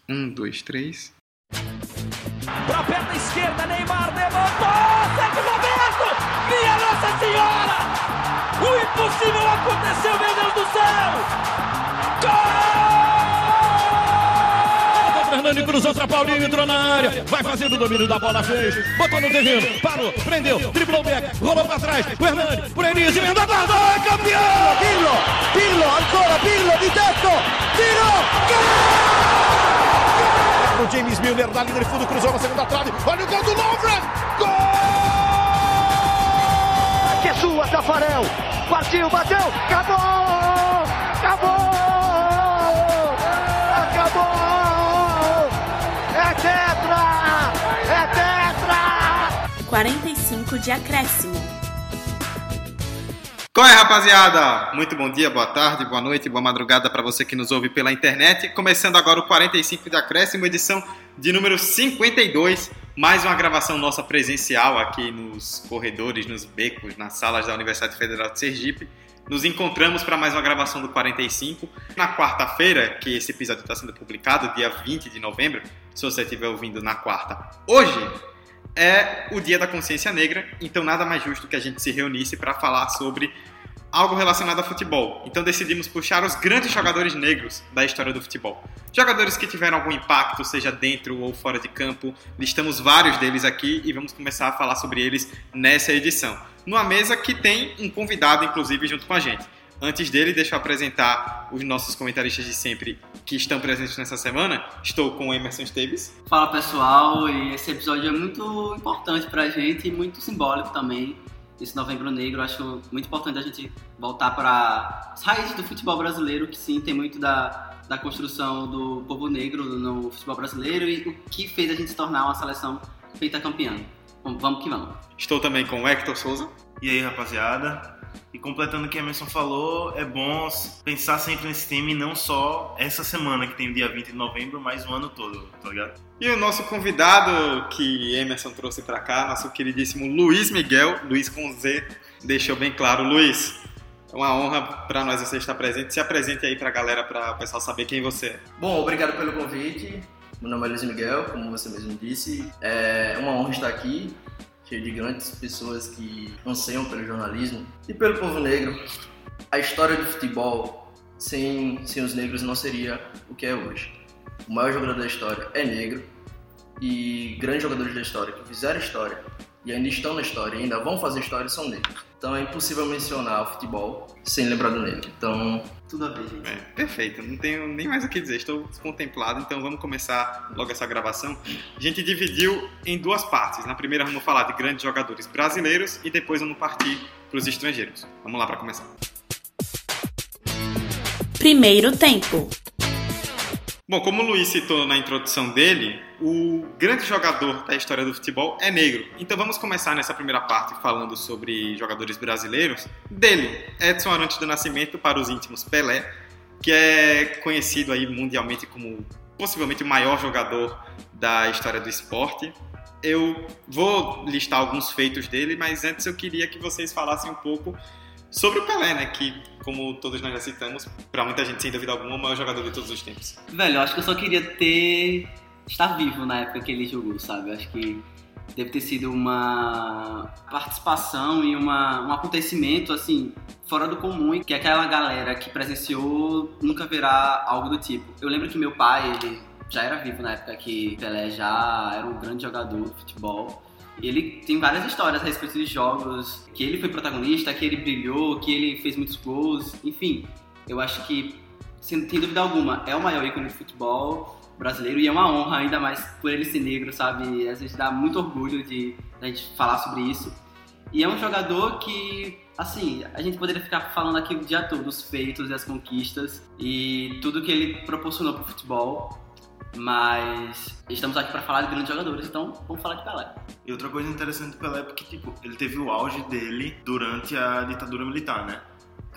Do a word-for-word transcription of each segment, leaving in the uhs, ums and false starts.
Um, dois, três. Pra perna esquerda, Neymar levantou! Sérgio Roberto! Minha Nossa Senhora! O impossível aconteceu, meu Deus do céu! Gol! Fernando cruzou pra Paulinho, entrou na área, vai fazendo o domínio da bola, fez, botou no terreno, parou, prendeu, driblou o back, rolou pra trás, o Hernani, por Enis, emendou a guarda, é campeão! Pirlo, Pirlo, ancora Pirlo, di tetto, tiro, gol! O James Milner na linha de fundo, cruzou na segunda trave, olha o gol do Lovren, gol! Que é sua, Tafarel, partiu, bateu, acabou, acabou, acabou, é tetra, é tetra! quarenta e cinco de acréscimo. Qual é, rapaziada? Muito bom dia, boa tarde, boa noite, boa madrugada para você que nos ouve pela internet. Começando agora o quarenta e cinco de acréscimo, edição de número cinquenta e dois. Mais uma gravação nossa presencial aqui nos corredores, nos becos, nas salas da Universidade Federal de Sergipe. Nos encontramos para mais uma gravação do quarenta e cinco. Na quarta-feira, que esse episódio está sendo publicado, dia vinte de novembro, se você estiver ouvindo na quarta, hoje é o Dia da Consciência Negra, então nada mais justo que a gente se reunisse para falar sobre algo relacionado a futebol. Então decidimos puxar os grandes jogadores negros da história do futebol. Jogadores que tiveram algum impacto, seja dentro ou fora de campo. Listamos vários deles aqui e vamos começar a falar sobre eles nessa edição. Numa mesa que tem um convidado, inclusive, junto com a gente. Antes dele, deixa eu apresentar os nossos comentaristas de sempre que estão presentes nessa semana. Estou com o Emerson Esteves. Fala, pessoal, e esse episódio é muito importante pra gente e muito simbólico também. Esse Novembro Negro, eu acho muito importante a gente voltar para as raízes do futebol brasileiro, que sim, tem muito da, da construção do povo negro no futebol brasileiro e o que fez a gente se tornar uma seleção feita campeã. Bom, vamos que vamos. Estou também com o Hector Souza. E aí, rapaziada? E completando o que a Emerson falou, é bom pensar sempre nesse tema e não só essa semana que tem o dia vinte de novembro, mas o ano todo, tá ligado? E o nosso convidado que Emerson trouxe pra cá, nosso queridíssimo Luiz Miguel, Luiz com Z, deixou bem claro. Luiz, é uma honra pra nós você estar presente. Se apresente aí pra galera, pra o pessoal saber quem você é. Bom, obrigado pelo convite. Meu nome é Luiz Miguel, como você mesmo disse. É uma honra estar aqui, cheio de grandes pessoas que anseiam pelo jornalismo e pelo povo negro. A história do futebol sem, sem os negros não seria o que é hoje. O maior jogador da história é negro e grandes jogadores da história que fizeram história e ainda estão na história e ainda vão fazer história são negros. Então é impossível mencionar o futebol sem lembrar do negro. Então, tudo a ver, gente. É, perfeito, não tenho nem mais o que dizer, estou contemplado, então vamos começar logo essa gravação. A gente dividiu em duas partes. Na primeira vamos falar de grandes jogadores brasileiros e depois vamos partir para os estrangeiros. Vamos lá para começar. Primeiro tempo. Bom, como o Luiz citou na introdução dele, o grande jogador da história do futebol é negro. Então vamos começar nessa primeira parte falando sobre jogadores brasileiros. Dele, Edson Arantes do Nascimento, para os íntimos Pelé, que é conhecido aí mundialmente como possivelmente o maior jogador da história do esporte. Eu vou listar alguns feitos dele, mas antes eu queria que vocês falassem um pouco sobre o Pelé, né, que, como todos nós já citamos, pra muita gente, sem dúvida alguma, é o maior jogador de todos os tempos. Velho, eu acho que eu só queria ter... estar vivo na época que ele jogou, sabe? Eu acho que deve ter sido uma participação e uma, um acontecimento, assim, fora do comum, e que aquela galera que presenciou nunca verá algo do tipo. Eu lembro que meu pai, ele já era vivo na época que Pelé já era um grande jogador de futebol. Ele tem várias histórias a respeito de jogos, que ele foi protagonista, que ele brilhou, que ele fez muitos gols, enfim. Eu acho que, sem dúvida alguma, é o maior ícone de futebol brasileiro e é uma honra, ainda mais por ele ser negro, sabe? Às vezes dá muito orgulho de, de a gente falar sobre isso. E é um jogador que, assim, a gente poderia ficar falando aqui o dia todo, os feitos e as conquistas e tudo que ele proporcionou pro futebol. Mas estamos aqui para falar de grandes jogadores, então vamos falar de Pelé. E outra coisa interessante do Pelé é porque, tipo, ele teve o auge dele durante a ditadura militar, né?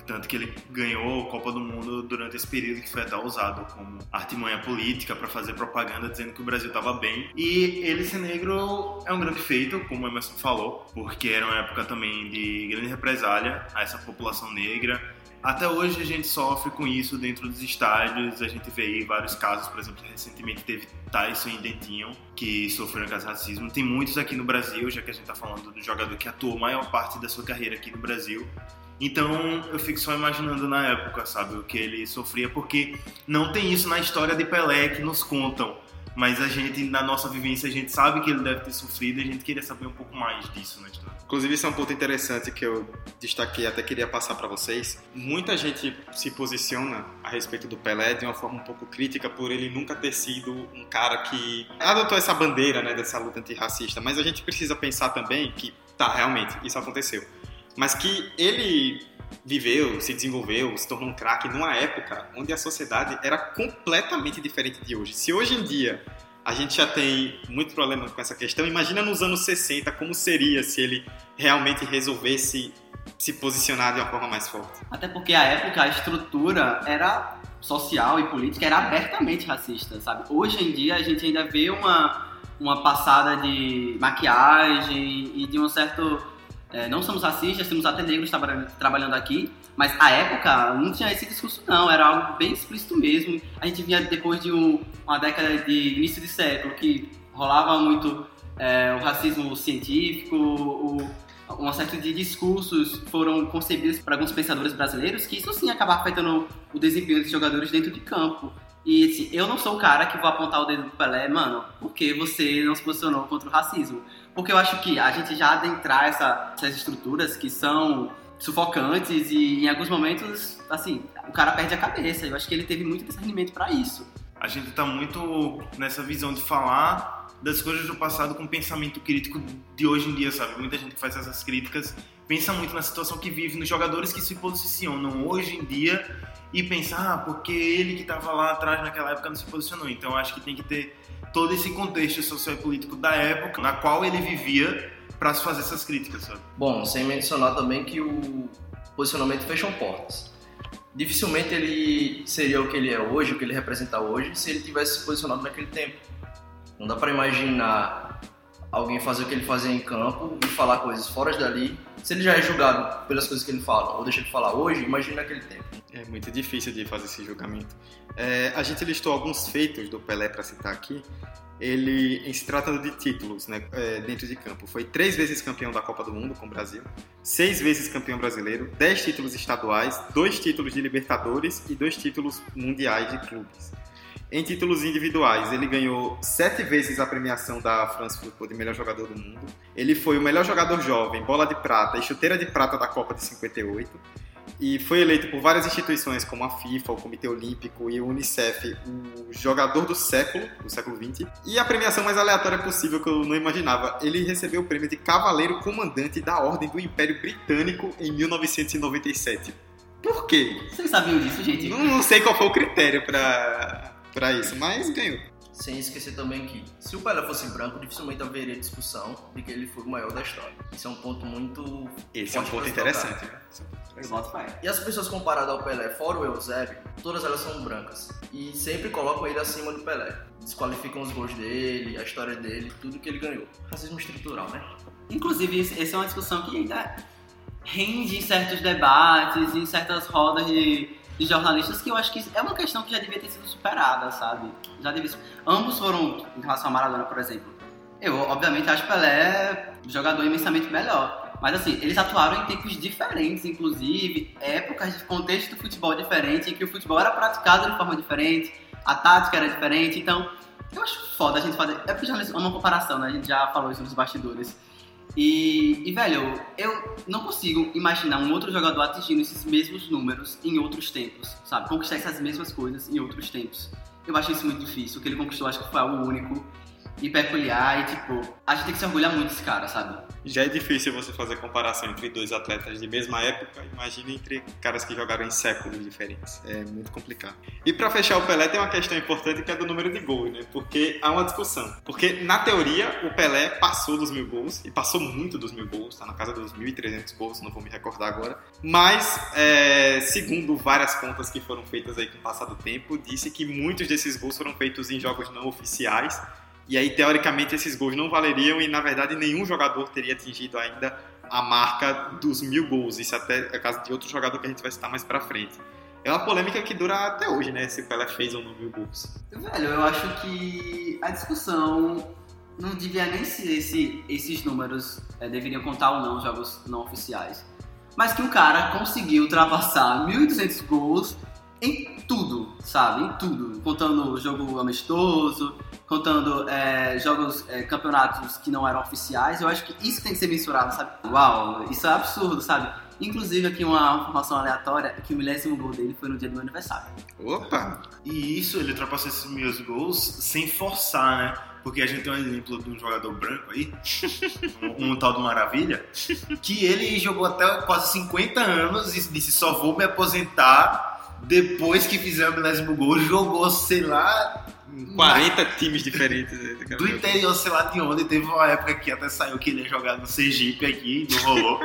Tanto que ele ganhou a Copa do Mundo durante esse período, que foi até usado como artimanha política para fazer propaganda dizendo que o Brasil estava bem. E ele ser negro é um grande feito, como o Emerson falou, porque era uma época também de grande represália a essa população negra. Até hoje a gente sofre com isso dentro dos estádios, a gente vê aí vários casos, por exemplo, recentemente teve Tyson e Dentinho, que sofreram caso de racismo. Tem muitos aqui no Brasil, já que a gente está falando do jogador que atuou a maior parte da sua carreira aqui no Brasil. Então eu fico só imaginando na época, sabe, o que ele sofria, porque não tem isso na história de Pelé que nos contam. Mas a gente, na nossa vivência, a gente sabe que ele deve ter sofrido e a gente queria saber um pouco mais disso na história. Inclusive, isso é um ponto interessante que eu destaquei, até queria passar para vocês. Muita gente se posiciona a respeito do Pelé de uma forma um pouco crítica por ele nunca ter sido um cara que adotou essa bandeira, né, dessa luta antirracista. Mas a gente precisa pensar também que, tá, realmente, isso aconteceu. Mas que ele viveu, se desenvolveu, se tornou um craque numa época onde a sociedade era completamente diferente de hoje. Se hoje em dia a gente já tem muito problema com essa questão, imagina nos anos sessenta como seria se ele realmente resolvesse se posicionar de uma forma mais forte. Até porque a época, a estrutura era social e política, era abertamente racista, sabe? Hoje em dia a gente ainda vê uma, uma passada de maquiagem e de um certo... É, não somos racistas, temos até negros trabalhando, trabalhando aqui, mas a época não tinha esse discurso não, era algo bem explícito mesmo. A gente via depois de um, uma década de início de século que rolava muito é, o racismo científico, o, uma série de discursos foram concebidos por alguns pensadores brasileiros que isso sim acaba afetando o desempenho dos jogadores dentro de campo. E assim, eu não sou o cara que vou apontar o dedo pro Pelé, mano, por que você não se posicionou contra o racismo? Porque eu acho que a gente já adentrar essa, essas estruturas que são sufocantes e em alguns momentos, assim, o cara perde a cabeça. Eu acho que ele teve muito discernimento pra isso. A gente tá muito nessa visão de falar das coisas do passado com pensamento crítico de hoje em dia, sabe? Muita gente que faz essas críticas pensa muito na situação que vive, nos jogadores que se posicionam hoje em dia e pensa, ah, porque ele que estava lá atrás naquela época não se posicionou. Então eu acho que tem que ter todo esse contexto social e político da época na qual ele vivia para se fazer essas críticas, sabe? Bom, sem mencionar também que o posicionamento fecham portas. Dificilmente ele seria o que ele é hoje, o que ele representa hoje, se ele tivesse se posicionado naquele tempo. Não dá para imaginar alguém fazer o que ele fazia em campo e falar coisas fora dali. Se ele já é julgado pelas coisas que ele fala ou deixa de falar hoje, imagina naquele tempo. É muito difícil de fazer esse julgamento. É, a gente listou alguns feitos do Pelé para citar aqui. Ele, em se tratando de títulos, né, é, dentro de campo, foi três vezes campeão da Copa do Mundo com o Brasil, seis vezes campeão brasileiro, dez títulos estaduais, dois títulos de Libertadores e dois títulos mundiais de clubes. Em títulos individuais, ele ganhou sete vezes a premiação da France Football de melhor jogador do mundo. Ele foi o melhor jogador jovem, bola de prata e chuteira de prata da Copa de cinquenta e oito. E foi eleito por várias instituições como a FIFA, o Comitê Olímpico e o Unicef o jogador do século, do século vinte. E a premiação mais aleatória possível que eu não imaginava, ele recebeu o prêmio de Cavaleiro Comandante da Ordem do Império Britânico em mil novecentos e noventa e sete. Por quê? Vocês sabiam disso, gente? Não, não sei qual foi o critério pra, pra isso, mas ganhou. Sem esquecer também que, se o Pelé fosse branco, dificilmente haveria discussão de que ele foi o maior da história. Isso é um ponto muito... Esse é um ponto interessante. E as pessoas comparadas ao Pelé, fora o Eusébio, todas elas são brancas. E sempre colocam ele acima do Pelé. Desqualificam os gols dele, a história dele, tudo que ele ganhou. Racismo estrutural, né? Inclusive, essa é uma discussão que ainda rende em certos debates, em certas rodas de... de jornalistas, que eu acho que é uma questão que já devia ter sido superada, sabe? Já devia... Ambos foram, em relação a Maradona, por exemplo. Eu, obviamente, acho Pelé um jogador imensamente melhor. Mas, assim, eles atuaram em tempos diferentes, inclusive, épocas de contexto do futebol diferente, em que o futebol era praticado de forma diferente, a tática era diferente. Então, eu acho foda a gente fazer... É porque já é uma comparação, né? A gente já falou isso nos bastidores. E, e, velho, eu não consigo imaginar um outro jogador atingindo esses mesmos números em outros tempos, sabe? Conquistar essas mesmas coisas em outros tempos. Eu acho isso muito difícil. O que ele conquistou, acho que foi algo único. e peculiar e, tipo, a gente tem que se orgulhar muito desse cara, sabe? Já é difícil você fazer comparação entre dois atletas de mesma época, imagine entre caras que jogaram em séculos diferentes. É muito complicado. E pra fechar o Pelé tem uma questão importante que é do número de gols, né? Porque há uma discussão. Porque, na teoria, o Pelé passou dos mil gols, e passou muito dos mil gols, tá na casa dos mil e trezentos gols, não vou me recordar agora. Mas, é, segundo várias contas que foram feitas aí com o passar do tempo, disse que muitos desses gols foram feitos em jogos não oficiais. E aí, teoricamente, esses gols não valeriam e, na verdade, nenhum jogador teria atingido ainda a marca dos mil gols. Isso até é caso de outro jogador que a gente vai citar mais pra frente. É uma polêmica que dura até hoje, né? Se o Pelé fez ou não mil gols. Velho, eu acho que a discussão não devia nem ser se esses números é, deveriam contar ou não os jogos não oficiais. Mas que o cara conseguiu ultrapassar mil e duzentos gols em tudo, sabe? Em tudo. Contando jogo amistoso, contando é, jogos, é, campeonatos que não eram oficiais. Eu acho que isso tem que ser mensurado, sabe? Uau, isso é absurdo, sabe? Inclusive, aqui uma informação aleatória é que o milésimo gol dele foi no dia do meu aniversário. Opa! E isso, ele ultrapassou esses mil gols sem forçar, né? Porque a gente tem um exemplo de um jogador branco aí, um, um tal do Maravilha, que ele jogou até quase cinquenta anos e disse, só vou me aposentar depois que fizer o milésimo gol. Jogou, sei lá... quarenta na... times diferentes. Do interior, sei lá de onde. Teve uma época que até saiu que ele ia jogar no Sergipe aqui, não rolou.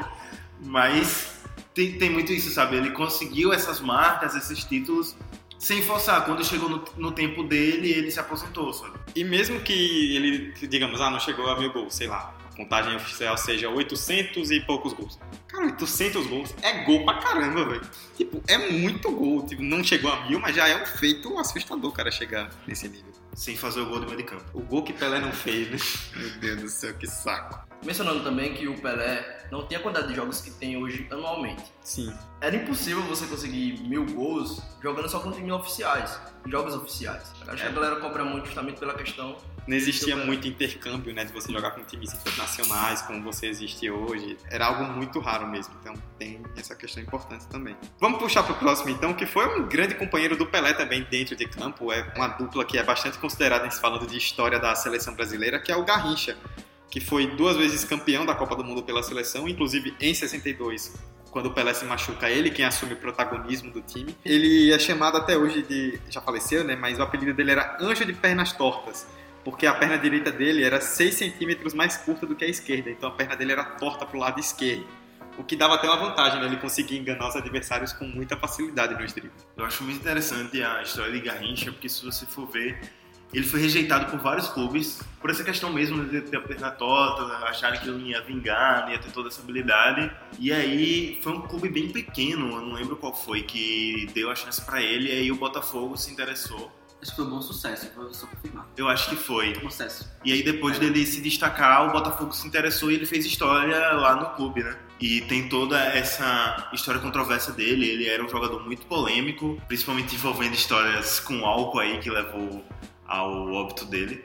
Mas tem, tem muito isso, sabe? Ele conseguiu essas marcas, esses títulos, sem forçar. Quando chegou no, no tempo dele, ele se aposentou, sabe? E mesmo que ele, digamos, ah, não chegou a mil gols, sei lá, a contagem oficial seja oitocentos e poucos gols. Cara, oitocentos gols é gol pra caramba, velho. Tipo, é muito gol. Tipo, não chegou a mil, mas já é um feito assustador o cara chegar nesse nível. Sem fazer o gol do meio de campo. O gol que Pelé não fez, né? Meu Deus do céu, que saco. Mencionando também que o Pelé não tem a quantidade de jogos que tem hoje anualmente. Sim. Era impossível você conseguir mil gols jogando só com times oficiais, jogos oficiais. Acho é. que a galera cobra muito justamente pela questão... Não existia muito intercâmbio, né, de você jogar com times internacionais como você existe hoje. Era algo muito raro mesmo, então tem essa questão importante também. Vamos puxar para o próximo então, que foi um grande companheiro do Pelé também dentro de campo. É uma dupla que é bastante considerada, falando de história da seleção brasileira, que é o Garrincha, que foi duas vezes campeão da Copa do Mundo pela seleção, inclusive em sessenta e dois, quando o Pelé se machuca, ele quem assume o protagonismo do time. Ele é chamado até hoje de... já faleceu, né? Mas o apelido dele era Anjo de Pernas Tortas, porque a perna direita dele era seis centímetros mais curta do que a esquerda, então a perna dele era torta pro lado esquerdo, o que dava até uma vantagem, né? Ele conseguia enganar os adversários com muita facilidade nos dribles. Eu acho muito interessante a história de Garrincha, porque se você for ver, ele foi rejeitado por vários clubes, por essa questão mesmo de ter a perna torta, acharem que ele não ia vingar, não ia ter toda essa habilidade. E aí foi um clube bem pequeno, eu não lembro qual foi, que deu a chance pra ele, e aí o Botafogo se interessou. Acho que foi um bom sucesso, vou só confirmar. Eu acho que foi. Sucesso. E aí depois é. dele se destacar, o Botafogo se interessou e ele fez história lá no clube, né? E tem toda essa história controversa dele. Ele era um jogador muito polêmico, principalmente envolvendo histórias com álcool aí que levou ao óbito dele.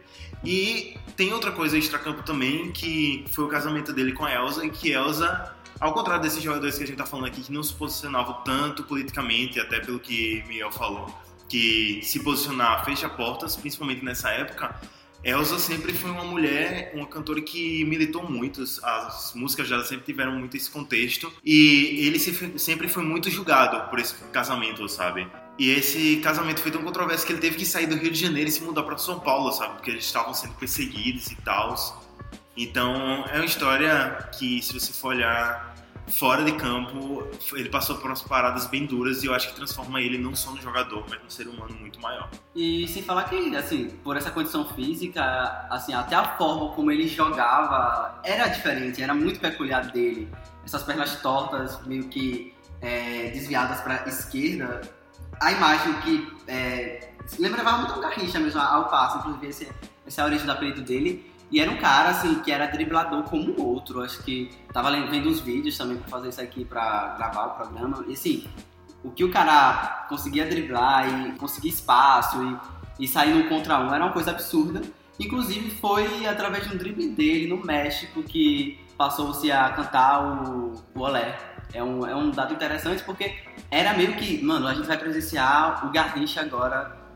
E tem outra coisa extracampo também, que foi o casamento dele com a Elza, e que Elza, ao contrário desses jogadores que a gente tá falando aqui, que não se posicionavam tanto politicamente, até pelo que Miguel falou, que se posicionar fecha portas, principalmente nessa época, Elza sempre foi uma mulher, uma cantora que militou muito, as músicas dela sempre tiveram muito esse contexto, e ele sempre foi muito julgado por esse casamento, sabe? E esse casamento foi tão controverso que ele teve que sair do Rio de Janeiro e se mudar para São Paulo, sabe? Porque eles estavam sendo perseguidos e tal. Então, é uma história que, se você for olhar fora de campo, ele passou por umas paradas bem duras e eu acho que transforma ele não só no jogador, mas num ser humano muito maior. E sem falar que, assim, por essa condição física, assim, até a forma como ele jogava era diferente, era muito peculiar dele. Essas pernas tortas, meio que é, desviadas para a esquerda, a imagem que é, lembrava muito um Garrincha mesmo ao passo, inclusive esse, essa é a origem do apelido dele. E era um cara, assim, que era driblador como o outro. Acho que tava vendo uns vídeos também pra fazer isso aqui, pra gravar o programa. E, assim, o que o cara conseguia driblar e conseguir espaço e, e sair no contra um era uma coisa absurda. Inclusive, foi através de um drible dele no México que passou-se a cantar o, o Olé. É um, é um dado interessante porque era meio que, mano, a gente vai presenciar o Garrincha agora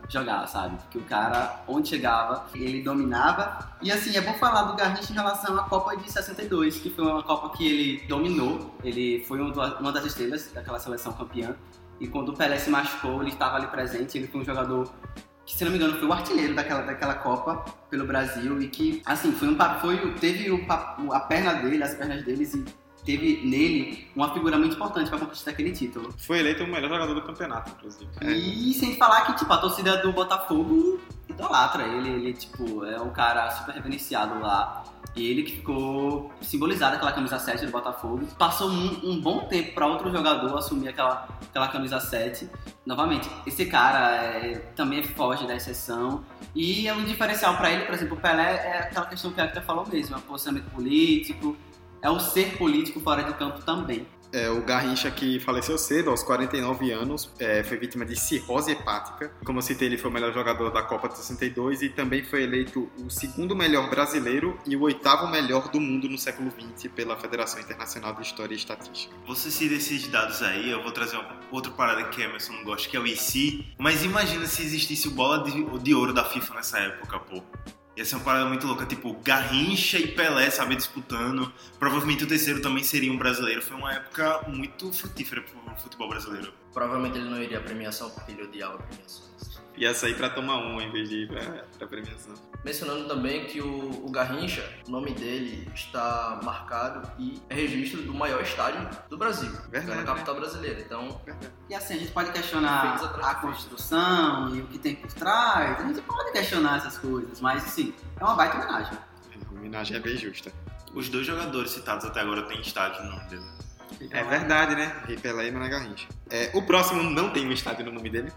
jogar, sabe? Porque o cara, onde chegava, ele dominava. E assim, é bom falar do Garrincha em relação à Copa de sessenta e dois, que foi uma Copa que ele dominou. Ele foi uma das estrelas daquela seleção campeã. E quando o Pelé se machucou, ele estava ali presente. Ele foi um jogador que, se não me engano, foi o artilheiro daquela, daquela Copa pelo Brasil. E que, assim, foi um, foi, teve o, a perna dele, as pernas deles e teve nele uma figura muito importante para conquistar aquele título. Foi eleito o melhor jogador do campeonato, inclusive. E é. Sem falar que, tipo, a torcida do Botafogo idolatra ele. Ele, tipo, é um cara super reverenciado lá. E ele que ficou simbolizado aquela camisa sete do Botafogo. Passou um, um bom tempo para outro jogador assumir aquela, aquela camisa sete. Novamente, esse cara é, também foge da exceção. E é um diferencial para ele, por exemplo, o Pelé é aquela questão que a Hector falou mesmo, é o posicionamento político, é o ser político fora de campo também. É, o Garrincha, que faleceu cedo, aos quarenta e nove anos, é, foi vítima de cirrose hepática. Como eu citei, ele foi o melhor jogador da Copa de sessenta e dois e também foi eleito o segundo melhor brasileiro e o oitavo melhor do mundo no século vinte pela Federação Internacional de História e Estatística. Você cita esses dados aí, eu vou trazer uma outra parada que Emerson não gosta, que é o I C I. Mas imagina se existisse o bola de, de ouro da FIFA nessa época, pô. Ia ser uma parada muito louca, tipo, Garrincha e Pelé, sabe, disputando. Provavelmente o terceiro também seria um brasileiro. Foi uma época muito frutífera pro futebol brasileiro. Provavelmente ele não iria à premiação, porque ele odiava premiações. Ia sair pra tomar um em vez de ir pra, pra premiação. Mencionando também que o, o Garrincha, o nome dele está marcado e é registro do maior estádio do Brasil, Verdade, na capital brasileira. Então, Verdade. E assim, a gente pode questionar a construção e o que tem por trás, a gente pode questionar essas coisas, mas assim, é uma baita homenagem. A homenagem é bem justa. Os dois jogadores citados até agora têm estádio no nome dele. É verdade, né? Rei Pelé e Mané Garrincha. É, o próximo não tem um estádio no nome dele,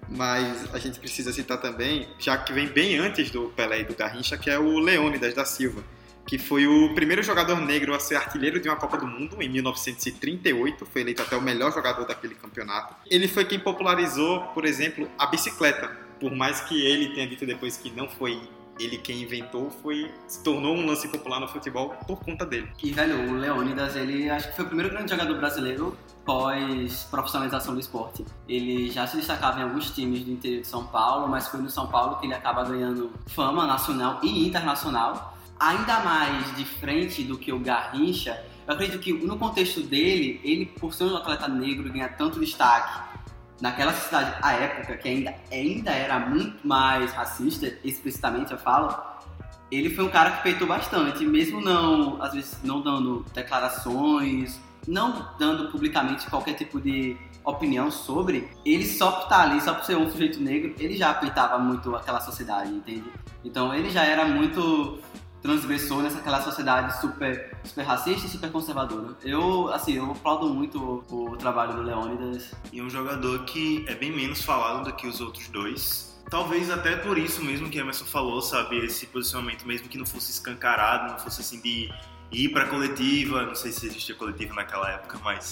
mas a gente precisa citar também, já que vem bem antes do Pelé e do Garrincha, que é o Leônidas da Silva, que foi o primeiro jogador negro a ser artilheiro de uma Copa do Mundo em mil novecentos e trinta e oito, foi eleito até o melhor jogador daquele campeonato. Ele foi quem popularizou, por exemplo, a bicicleta. Por mais que ele tenha dito depois que não foi ele quem inventou, foi, se tornou um lance popular no futebol por conta dele. E, velho, o Leônidas, ele acho que foi o primeiro grande jogador brasileiro pós-profissionalização do esporte. Ele já se destacava em alguns times do interior de São Paulo, mas foi no São Paulo que ele acaba ganhando fama nacional e internacional. Ainda mais de frente do que o Garrincha, eu acredito que no contexto dele, ele, por ser um atleta negro, ganha tanto destaque naquela sociedade, à época, que ainda, ainda era muito mais racista, explicitamente eu falo, ele foi um cara que peitou bastante, mesmo não, às vezes, não dando declarações, não dando publicamente qualquer tipo de opinião sobre, ele só por estar ali, só por ser um sujeito negro, ele já peitava muito aquela sociedade, entende? Então ele já era muito transgressor nessa aquela sociedade super, super racista e super conservadora. Eu, assim, eu aplaudo muito o, o trabalho do Leônidas. E um jogador que é bem menos falado do que os outros dois. Talvez até por isso mesmo que Emerson falou, sabe? Esse posicionamento, mesmo que não fosse escancarado, não fosse assim de ir pra coletiva, não sei se existia coletiva naquela época, mas...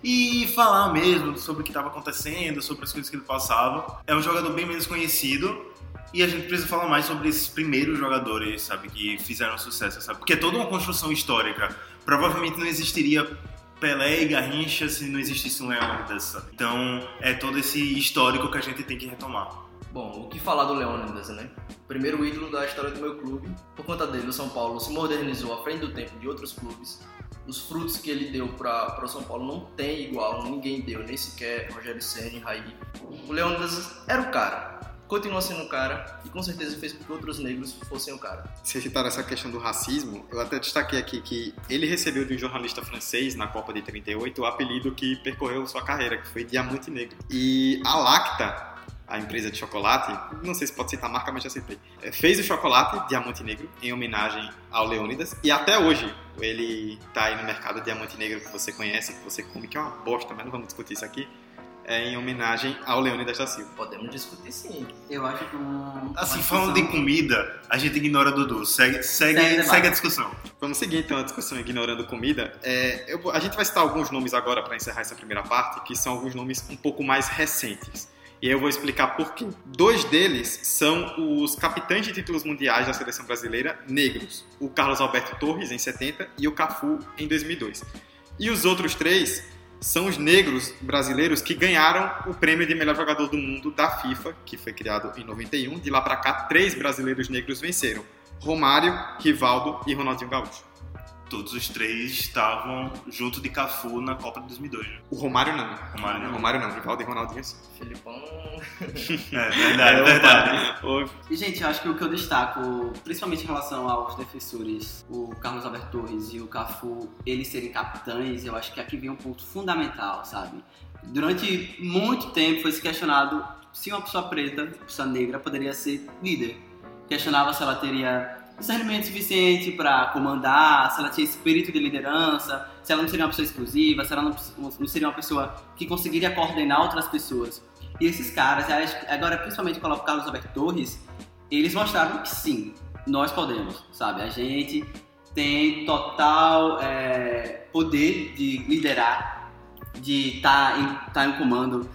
E falar mesmo sobre o que estava acontecendo, sobre as coisas que ele passava. É um jogador bem menos conhecido. E a gente precisa falar mais sobre esses primeiros jogadores, sabe, que fizeram sucesso, sabe? Porque é toda uma construção histórica. Provavelmente não existiria Pelé e Garrincha se não existisse um Leônidas, sabe? Então, é todo esse histórico que a gente tem que retomar. Bom, o que falar do Leônidas, né? Primeiro ídolo da história do meu clube. Por conta dele, o São Paulo se modernizou à frente do tempo de outros clubes. Os frutos que ele deu para o São Paulo não tem igual, ninguém deu, nem sequer Rogério Ceni, Raí. O Leônidas era o cara. Continua sendo o cara e com certeza fez com que outros negros fossem o cara. Se citar essa questão do racismo, eu até destaquei aqui que ele recebeu de um jornalista francês na Copa de trinta e oito o apelido que percorreu sua carreira, que foi Diamante Negro. E a Lacta, a empresa de chocolate, não sei se pode citar a marca, mas já citei, fez o chocolate Diamante Negro em homenagem ao Leônidas e até hoje ele está aí no mercado Diamante Negro que você conhece, que você come, que é uma bosta, mas não vamos discutir isso aqui. É em homenagem ao Leônidas da Silva. Podemos discutir sim. Eu acho que um... Assim, falando de comida, a gente ignora Dudu. Segue, segue, segue, segue a discussão. Vamos seguir então a discussão ignorando comida. É, eu, a gente vai citar alguns nomes agora para encerrar essa primeira parte, que são alguns nomes um pouco mais recentes. E aí eu vou explicar por quê. Dois deles são os capitães de títulos mundiais da seleção brasileira negros. O Carlos Alberto Torres, em setenta, e o Cafu, em dois mil e dois. E os outros três são os negros brasileiros que ganharam o prêmio de melhor jogador do mundo da FIFA, que foi criado em noventa e um. De lá para cá, três brasileiros negros venceram: Romário, Rivaldo e Ronaldinho Gaúcho. Todos os três estavam junto de Cafu na Copa de dois mil e dois. Né? O Romário não. Romário não. Romário não. Rivaldo e Ronaldinho sim. Felipão... É verdade, é verdade. E, gente, eu acho que o que eu destaco, principalmente em relação aos defensores, o Carlos Alberto Torres e o Cafu, eles serem capitães, eu acho que aqui vem um ponto fundamental, sabe? Durante muito tempo foi se questionado se uma pessoa preta, uma pessoa negra, poderia ser líder. Questionava se ela teria discernimento suficiente para comandar, se ela tinha espírito de liderança, se ela não seria uma pessoa exclusiva, se ela não, não seria uma pessoa que conseguiria coordenar outras pessoas. E esses caras, agora principalmente com o Carlos Alberto Torres, eles mostraram que sim, nós podemos, sabe? A gente tem total é, poder de liderar, de estar tá em, tá em comando.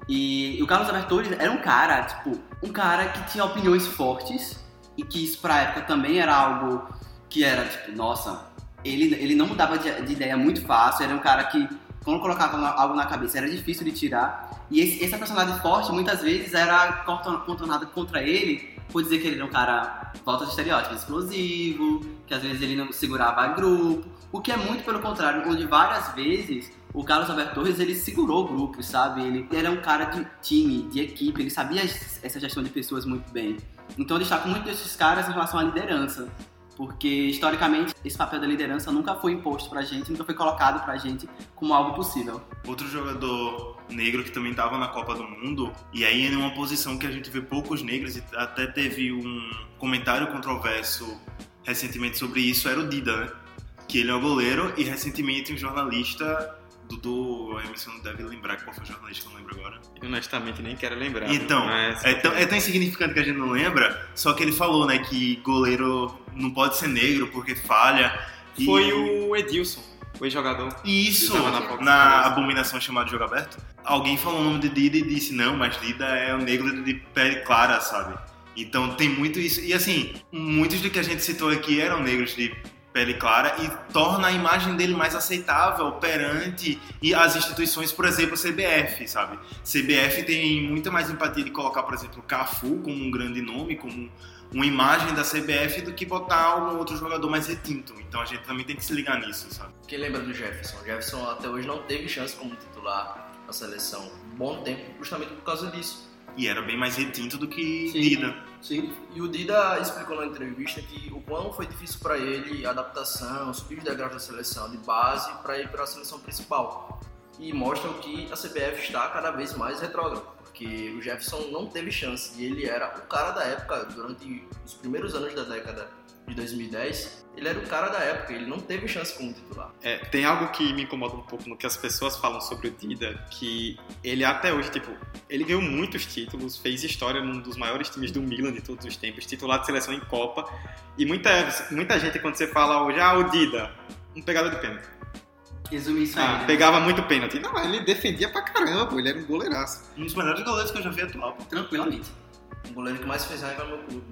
E, e o Carlos Alberto Torres era um cara, tipo, um cara que tinha opiniões fortes, e que isso pra época também era algo que era, tipo, nossa, ele, ele não mudava de, de ideia muito fácil, era um cara que, quando colocava algo na cabeça, era difícil de tirar, e esse, essa personalidade forte, muitas vezes, era contornada contra ele, por dizer que ele era um cara, volta de estereótipo, explosivo, que às vezes ele não segurava grupo, o que é muito pelo contrário, onde várias vezes o Carlos Alberto Torres, ele segurou grupos, sabe? Ele era um cara de time, de equipe, ele sabia essa gestão de pessoas muito bem. Então eu destaco muito desses caras em relação à liderança, porque historicamente esse papel da liderança nunca foi imposto pra gente, nunca foi colocado pra gente como algo possível. Outro jogador negro que também estava na Copa do Mundo, e aí em uma posição que a gente vê poucos negros, e até teve um comentário controverso recentemente sobre isso, era o Dida, né? Que ele é o goleiro, e recentemente um jornalista... Dudu, a Emerson não deve lembrar qual foi o jornalista, que eu não lembro agora. Eu honestamente nem quero lembrar. Então, mas... é, tão, é tão insignificante que a gente não lembra, só que ele falou, né, que goleiro não pode ser negro porque falha. E... Foi o Edilson, o ex-jogador. Isso, na, na abominação chamada Jogo Aberto. Alguém falou o nome de Dida e disse, não, mas Dida é o negro de pele clara, sabe? Então tem muito isso. E assim, muitos do que a gente citou aqui eram negros de pele clara e torna a imagem dele mais aceitável perante e as instituições, por exemplo, a C B F, sabe? C B F tem muita mais empatia de colocar, por exemplo, o Cafu como um grande nome, como uma imagem da C B F do que botar algum outro jogador mais retinto. Então a gente também tem que se ligar nisso, sabe? Quem lembra do Jefferson? O Jefferson até hoje não teve chance como titular na seleção. Bom tempo, justamente por causa disso. E era bem mais retinto do que Sim. Dida. Sim, e o Dida explicou na entrevista que o quão foi difícil para ele a adaptação, subir os degraus da seleção de base para ir para a seleção principal. E mostra que a C B F está cada vez mais retrógrada, porque o Jefferson não teve chance e ele era o cara da época durante os primeiros anos da década de dois mil e dez. Ele era o cara da época, ele não teve chance como titular. É, tem algo que me incomoda um pouco no que as pessoas falam sobre o Dida, que ele até hoje, tipo, ele ganhou muitos títulos, fez história num dos maiores times do Milan de todos os tempos, titular de seleção em Copa, e muita, muita gente, quando você fala hoje, ah, o Dida, um pegador de pênalti. Resumir isso aí. Ah, né? pegava muito pênalti. Não, ele defendia pra caramba, pô, ele era um goleiraço. Um dos melhores goleiros que eu já vi atuar. Tranquilamente. O goleiro que mais fez raiva no meu clube.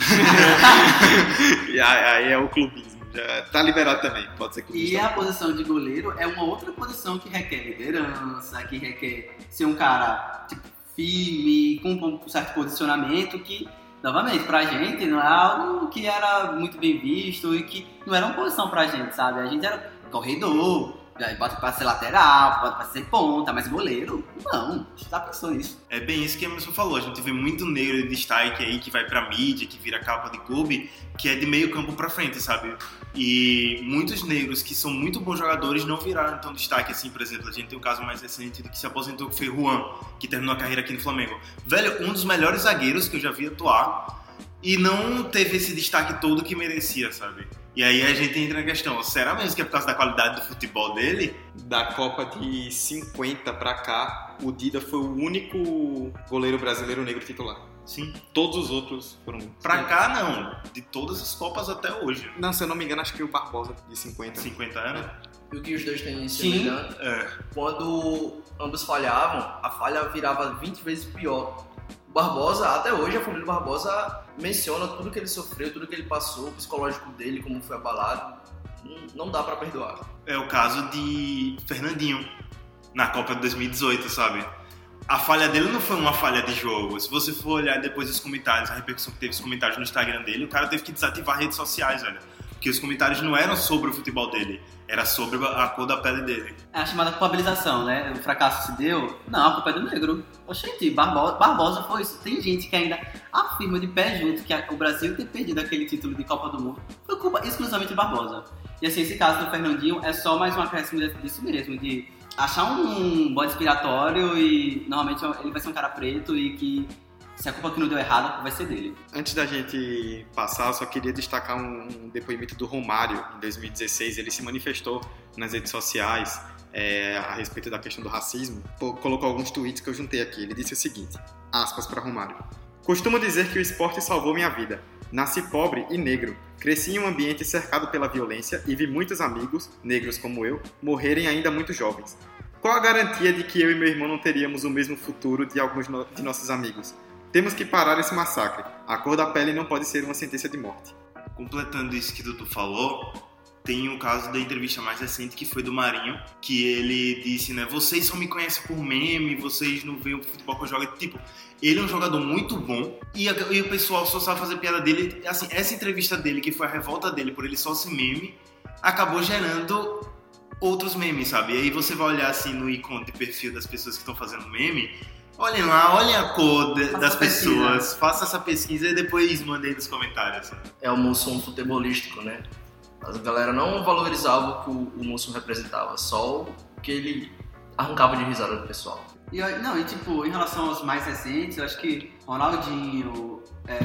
E aí é o clubismo. Já tá liberado também, pode ser clubista. E a posição de goleiro é uma outra posição que requer liderança, que requer ser um cara tipo, firme, com um certo posicionamento que, novamente, pra gente não é algo que era muito bem visto e que não era uma posição pra gente, sabe? A gente era corredor, bota pra ser lateral, bota pra ser ponta, mas goleiro, não. A gente tá pensando nisso. É bem isso que a Emerson falou. A gente vê muito negro de destaque aí que vai pra mídia, que vira capa de clube, que é de meio campo pra frente, sabe? E muitos negros que são muito bons jogadores não viraram tão destaque assim. Por exemplo, a gente tem um caso mais recente de que se aposentou, que foi Juan, que terminou a carreira aqui no Flamengo. Velho, um dos melhores zagueiros que eu já vi atuar e não teve esse destaque todo que merecia, sabe? E aí a gente entra na questão, será mesmo que é por causa da qualidade do futebol dele? Da Copa de cinquenta pra cá, o Dida foi o único goleiro brasileiro negro titular. Sim. Todos os outros foram... Pra cá, não. De todas as Copas até hoje. Não, se eu não me engano, acho que o Barbosa de cinquenta. cinquenta anos? E o que os dois têm em semelhante, É. quando ambos falhavam, a falha virava vinte vezes pior. O Barbosa, até hoje, a família Barbosa menciona tudo que ele sofreu, tudo que ele passou, o psicológico dele, como foi abalado. Não, não dá pra perdoar. É o caso de Fernandinho. na Copa de dois mil e dezoito, sabe? A falha dele não foi uma falha de jogo. Se você for olhar depois os comentários, a repercussão que teve os comentários no Instagram dele, o cara teve que desativar redes sociais, velho. Porque os comentários não eram sobre o futebol dele, era sobre a cor da pele dele. É a chamada culpabilização, né? O fracasso se deu. Não, a culpa é do negro. Oxente, Barbosa, Barbosa foi isso. Tem gente que ainda afirma de pé junto que o Brasil ter perdido aquele título de Copa do Mundo foi culpa exclusivamente de Barbosa. E assim, esse caso do Fernandinho é só mais um acréscimo disso mesmo, de achar um bode expiatório e normalmente ele vai ser um cara preto e que se a culpa que não deu errado vai ser dele. Antes da gente passar, eu só queria destacar um depoimento do Romário. Em dois mil e dezesseis, ele se manifestou nas redes sociais é, a respeito da questão do racismo. Colocou alguns tweets que eu juntei aqui. Ele disse o seguinte, aspas para Romário. Costumo dizer que o esporte salvou minha vida. Nasci pobre e negro. Cresci em um ambiente cercado pela violência e vi muitos amigos, negros como eu, morrerem ainda muito jovens. Qual a garantia de que eu e meu irmão não teríamos o mesmo futuro de alguns de nossos amigos? Temos que parar esse massacre. A cor da pele não pode ser uma sentença de morte. Completando isso que Dudu falou, tem o caso da entrevista mais recente que foi do Marinho, que ele disse, né, vocês só me conhecem por meme, vocês não veem o futebol que eu jogo. Tipo, ele é um jogador muito bom e, a, e o pessoal só sabe fazer piada dele. Assim, essa entrevista dele, que foi a revolta dele por ele só ser meme, acabou gerando outros memes, sabe? E aí você vai olhar assim no ícone de perfil das pessoas que estão fazendo meme. Olhem lá, olhem a cor de, das pessoas, pesquisa. Faça essa pesquisa e depois mandem nos comentários. É o Mussum futebolístico, né? A galera não valorizava o que o Mussum representava, só o que ele arrancava de risada do pessoal. E, não, e tipo, em relação aos mais recentes, eu acho que Ronaldinho,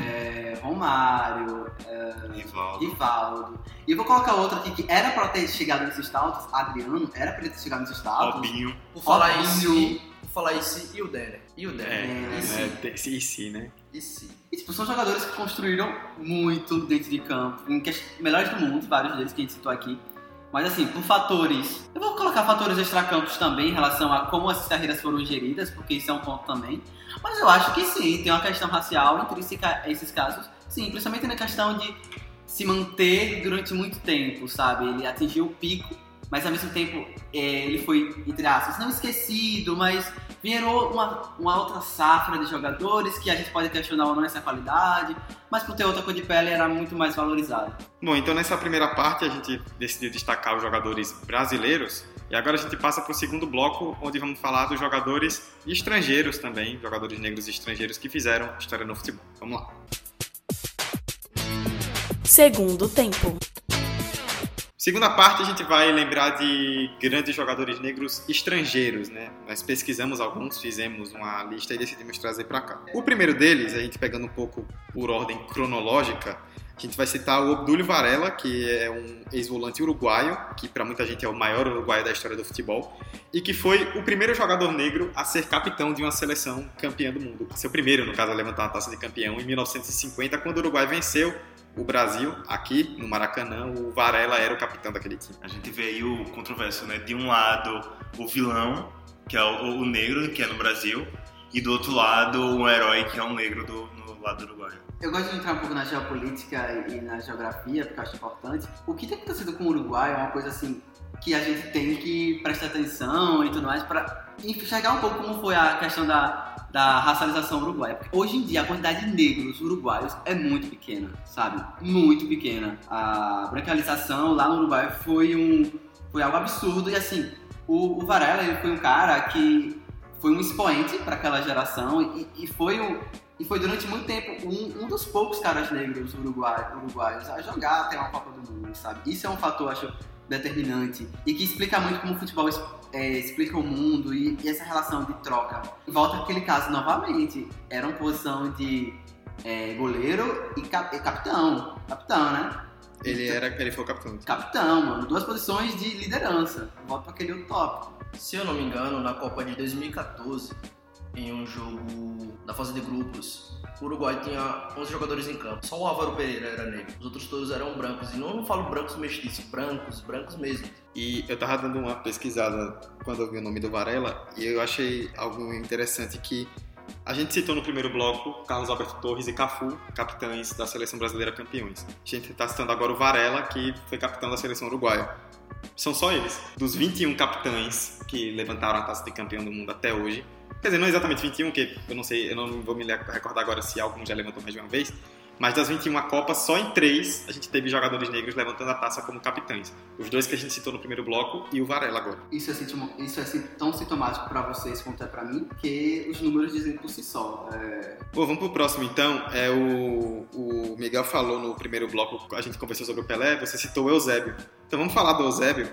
é, Romário, é, Rivaldo. Rivaldo. E eu vou colocar outra aqui que era pra ter chegado nesses status, Adriano, era pra ter chegado nesses status. Robinho. Por falar isso... falar isso e o Denner. E o Denner. É, é, é, e sim, né? E sim. E tipo, são jogadores que construíram muito dentro de campo, em que, melhores do mundo, vários deles que a gente citou aqui. Mas assim, por fatores... Eu vou colocar fatores extracampos também em relação a como essas carreiras foram geridas, porque isso é um ponto também. Mas eu acho que sim, tem uma questão racial intrínseca a esses casos. Sim, principalmente na questão de se manter durante muito tempo, sabe? Ele atingiu o pico, mas ao mesmo tempo é, ele foi, entre aspas, não esquecido, mas virou uma, uma outra safra de jogadores que a gente pode questionar ou não essa qualidade, mas por ter outra cor de pele era muito mais valorizado. Bom, então nessa primeira parte a gente decidiu destacar os jogadores brasileiros e agora a gente passa para o segundo bloco, onde vamos falar dos jogadores estrangeiros também, jogadores negros estrangeiros que fizeram história no futebol. Vamos lá. Segundo tempo. Segunda parte a gente vai lembrar de grandes jogadores negros estrangeiros, né? Nós pesquisamos alguns, fizemos uma lista e decidimos trazer para cá. O primeiro deles, a gente pegando um pouco por ordem cronológica, a gente vai citar o Obdúlio Varela, que é um ex-volante uruguaio, que para muita gente é o maior uruguaio da história do futebol, e que foi o primeiro jogador negro a ser capitão de uma seleção campeã do mundo. Seu primeiro, no caso, a levantar a taça de campeão em mil novecentos e cinquenta, quando o Uruguai venceu o Brasil, aqui no Maracanã. O Varela era o capitão daquele time. A gente vê aí o controverso, né? De um lado, o vilão, que é o, o negro, que é no Brasil, e do outro lado, o herói, que é o negro do, no lado do Uruguai. Eu gosto de entrar um pouco na geopolítica e na geografia, porque eu acho importante. O que tem acontecido com o Uruguai é uma coisa assim que a gente tem que prestar atenção e tudo mais para enxergar um pouco como foi a questão da, da racialização uruguaia. Porque hoje em dia a quantidade de negros uruguaios é muito pequena, sabe? Muito pequena. A brancalização lá no Uruguai foi, um, foi algo absurdo e assim, o, o Varela ele foi um cara que foi um expoente para aquela geração e, e foi um... E foi durante muito tempo um, um dos poucos caras negros uruguai, uruguaios a jogar até uma Copa do Mundo, sabe? Isso é um fator, acho, determinante e que explica muito como o futebol é, explica o mundo e, e essa relação de troca. Volta àquele caso novamente, era uma posição de é, goleiro e, cap, e capitão, capitão, né? Ele, então, era, ele foi o capitão. Capitão, mano. Duas posições de liderança. Volta para aquele outro tópico. Se eu não me engano, na Copa de dois mil e catorze, em um jogo da fase de grupos, o Uruguai tinha onze jogadores em campo. Só o Álvaro Pereira era negro. Os outros todos eram brancos. E não, não falo brancos mestiços, brancos, brancos mesmo. E eu tava dando uma pesquisada quando eu vi o nome do Varela e eu achei algo interessante que a gente citou no primeiro bloco Carlos Alberto Torres e Cafu, capitães da seleção brasileira campeões. A gente está citando agora o Varela, que foi capitão da seleção uruguaia. São só eles. Dos vinte e um capitães que levantaram a taça de campeão do mundo até hoje, quer dizer, não exatamente vinte e um, que eu não sei, eu não vou me recordar agora se algum já levantou mais de uma vez, mas das vinte e uma Copas, só em três a gente teve jogadores negros levantando a taça como capitães. Os dois que a gente citou no primeiro bloco e o Varela agora. Isso é, sintoma, isso é tão sintomático para vocês quanto é para mim, que os números dizem por si só. É... Pô, vamos pro próximo então. É o, o Miguel falou no primeiro bloco, a gente conversou sobre o Pelé, você citou o Eusébio. Então vamos falar do Eusébio,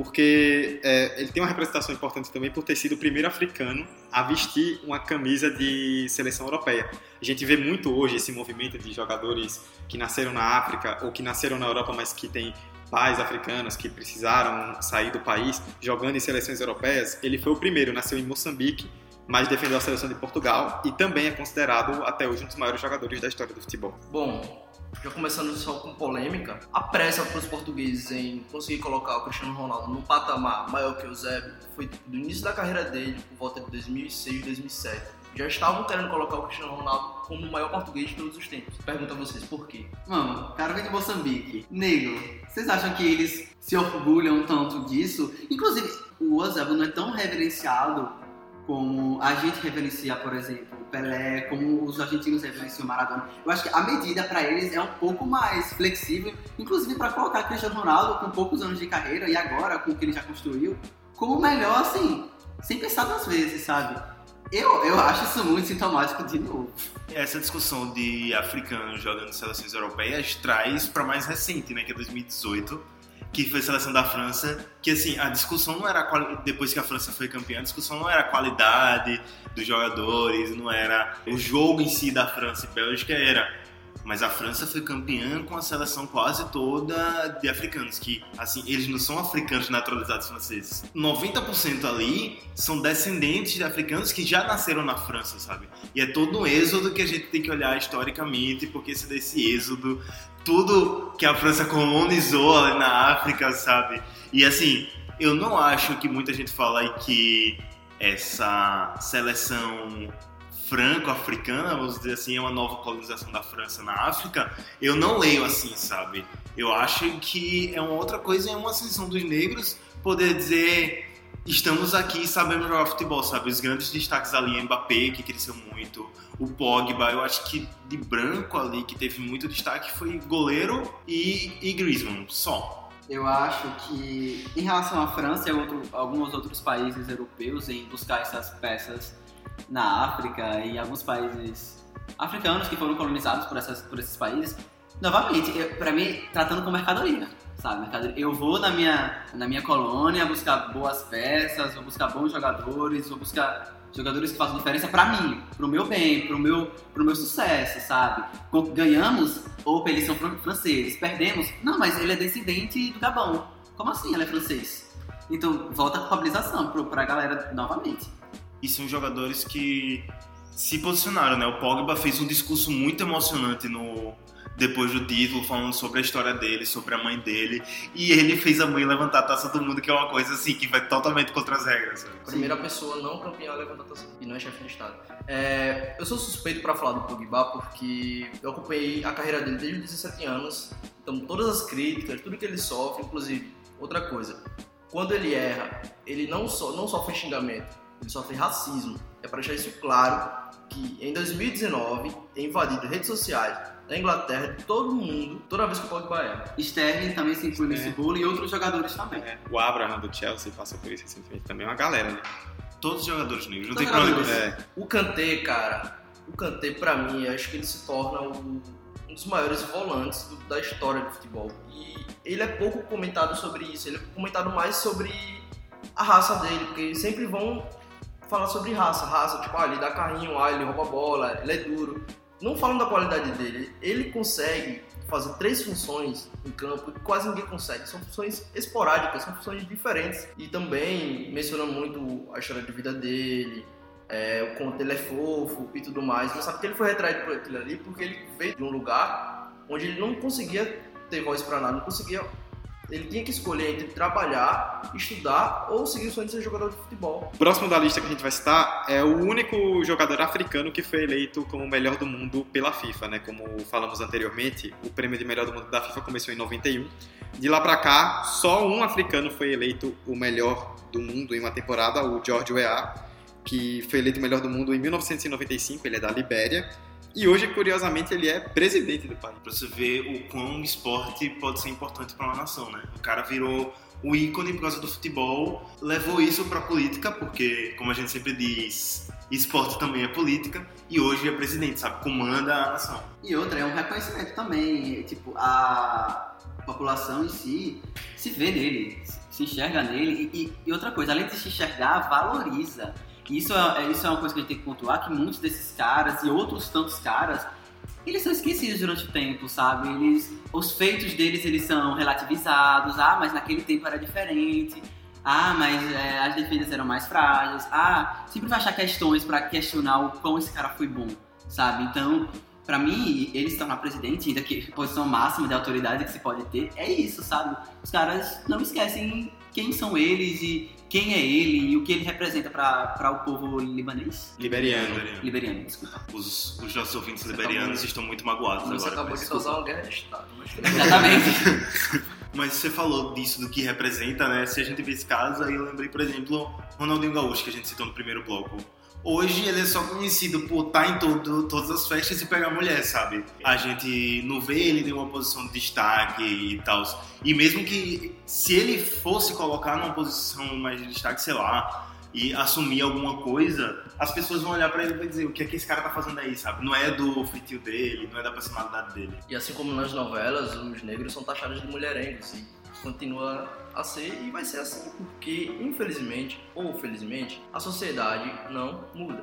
porque é, ele tem uma representação importante também por ter sido o primeiro africano a vestir uma camisa de seleção europeia. A gente vê muito hoje esse movimento de jogadores que nasceram na África ou que nasceram na Europa, mas que têm pais africanos que precisaram sair do país jogando em seleções europeias. Ele foi o primeiro, nasceu em Moçambique, mas defendeu a seleção de Portugal e também é considerado até hoje um dos maiores jogadores da história do futebol. Bom, já começando só com polêmica, a pressa para os portugueses em conseguir colocar o Cristiano Ronaldo num patamar maior que o Eusébio foi do início da carreira dele, por volta de dois mil e seis, dois mil e sete. Já estavam querendo colocar o Cristiano Ronaldo como o maior português de todos os tempos. Pergunto a vocês, por quê? Mano, o cara vem de Moçambique. Negro, vocês acham que eles se orgulham tanto disso? Inclusive, o Eusébio não é tão reverenciado como a gente reverencia, por exemplo, o Pelé, como os argentinos reverenciam o Maradona. Eu acho que a medida para eles é um pouco mais flexível, inclusive para colocar o Cristiano Ronaldo com poucos anos de carreira e agora com o que ele já construiu, como melhor, assim, sem pensar duas vezes, sabe? Eu, eu acho isso muito sintomático de novo. Essa discussão de africanos jogando seleções europeias traz para mais recente, né, que é dois mil e dezoito, que foi a seleção da França, que assim, a discussão não era, quali... depois que a França foi campeã, a discussão não era a qualidade dos jogadores, não era o jogo em si da França e Bélgica, era... Mas a França foi campeã com a seleção quase toda de africanos, que, assim, eles não são africanos naturalizados franceses. noventa por cento ali são descendentes de africanos que já nasceram na França, sabe? E é todo um êxodo que a gente tem que olhar historicamente, porque se desse êxodo, tudo que a França colonizou ali na África, sabe? E, assim, eu não acho que muita gente fala aí que essa seleção franco-africana, vamos dizer assim, é uma nova colonização da França na África, eu não leio assim, sabe? Eu acho que é uma outra coisa, é uma ascensão dos negros poder dizer, estamos aqui e sabemos jogar futebol, sabe? Os grandes destaques ali, Mbappé, que cresceu muito, o Pogba, eu acho que de branco ali, que teve muito destaque, foi goleiro e, e Griezmann, só. Eu acho que, em relação à França e outro, alguns outros países europeus, em buscar essas peças na África e alguns países africanos que foram colonizados por, essas, por esses países, novamente, eu, pra mim, tratando com mercadoria, sabe? Mercadoria. Eu vou na minha, na minha colônia buscar boas peças, vou buscar bons jogadores, vou buscar jogadores que façam diferença pra mim, pro meu bem, pro meu, pro meu sucesso, sabe? Ganhamos, opa, eles são franceses, perdemos, não, mas ele é descendente do Gabão. Como assim ele é francês? Então, volta a culpabilização pro, pra galera novamente. E são jogadores que se posicionaram, né? O Pogba fez um discurso muito emocionante no... depois do título, falando sobre a história dele, sobre a mãe dele, e ele fez a mãe levantar a taça do mundo, que é uma coisa assim, que vai totalmente contra as regras. Sabe? Primeira pessoa não campeã a levantar a taça, e não é chefe de estado. É, eu sou suspeito para falar do Pogba, porque eu acompanhei a carreira dele desde os dezessete anos, então todas as críticas, tudo que ele sofre, inclusive, outra coisa, quando ele erra, ele não, so, não sofre xingamento, ele sofre racismo. É para deixar isso claro que em dois mil e dezenove é invadido redes sociais na Inglaterra de todo mundo, toda vez que o Pogba erra. Sterling também se inclui nesse bolo e outros jogadores também. É. O Abraham do Chelsea passou por isso recentemente também, uma galera, né? Todos os jogadores negros, não Todos tem problema. É. O Kanté, cara, o Kanté pra mim, acho que ele se torna o, um dos maiores volantes do, da história do futebol. E ele é pouco comentado sobre isso, ele é comentado mais sobre a raça dele, porque sempre vão falar sobre raça, raça, tipo, ah, ele dá carrinho, ah, ele rouba bola, ele é duro. Não falam da qualidade dele, ele consegue fazer três funções em campo que quase ninguém consegue, são funções esporádicas, são funções diferentes. E também menciona muito a história de vida dele, é, o quanto ele é fofo e tudo mais, mas sabe que ele foi retraído por aquilo ali porque ele veio de um lugar onde ele não conseguia ter voz pra nada, não conseguia Ele tinha que escolher entre trabalhar, estudar ou seguir o sonho de ser jogador de futebol. O próximo da lista que a gente vai citar é o único jogador africano que foi eleito como o melhor do mundo pela FIFA, né? Como falamos anteriormente, o prêmio de melhor do mundo da FIFA começou em noventa e um. De lá pra cá, só um africano foi eleito o melhor do mundo em uma temporada, o George Weah, que foi eleito o melhor do mundo em mil novecentos e noventa e cinco, ele é da Libéria. E hoje, curiosamente, ele é presidente do país. Pra você ver o quão o esporte pode ser importante para uma nação, né? O cara virou o ícone por causa do futebol, levou isso pra política, porque, como a gente sempre diz, esporte também é política, e hoje é presidente, sabe? Comanda a nação. E outra, é um reconhecimento também, tipo, a população em si se vê nele, se enxerga nele, e, e outra coisa, além de se enxergar, valoriza. Isso é, isso é uma coisa que a gente tem que pontuar, que muitos desses caras e outros tantos caras, eles são esquecidos durante o tempo, sabe? Eles, os feitos deles, eles são relativizados. Ah, mas naquele tempo era diferente. Ah, mas é, as defesas eram mais frágeis. Ah, sempre vai achar questões pra questionar o quão esse cara foi bom, sabe? Então, pra mim, ele se tornar presidente, ainda que posição máxima de autoridade que se pode ter, é isso, sabe? Os caras não esquecem quem são eles e quem é ele e o que ele representa para o povo libanês? Liberiano. Liberiano, Liberiano desculpa. Os, os nossos ouvintes Você liberianos acabou, estão muito magoados Você agora. acabou de causar uma guerra de Estado. Mas... Exatamente. Mas você falou disso, do que representa, né? Se a gente vê esse caso, aí eu lembrei, por exemplo, Ronaldinho Gaúcho, que a gente citou no primeiro bloco. Hoje ele é só conhecido por estar em todo, todas as festas e pegar mulher, sabe? A gente não vê ele em uma posição de destaque e tal. E mesmo que, se ele fosse colocar numa posição mais de destaque, sei lá, e assumir alguma coisa, as pessoas vão olhar pra ele e vão dizer o que é que esse cara tá fazendo aí, sabe? Não é do feitio dele, não é da personalidade dele. E assim como nas novelas, os negros são taxados de mulherengos e continua a ser e vai ser assim, porque infelizmente ou felizmente a sociedade não muda.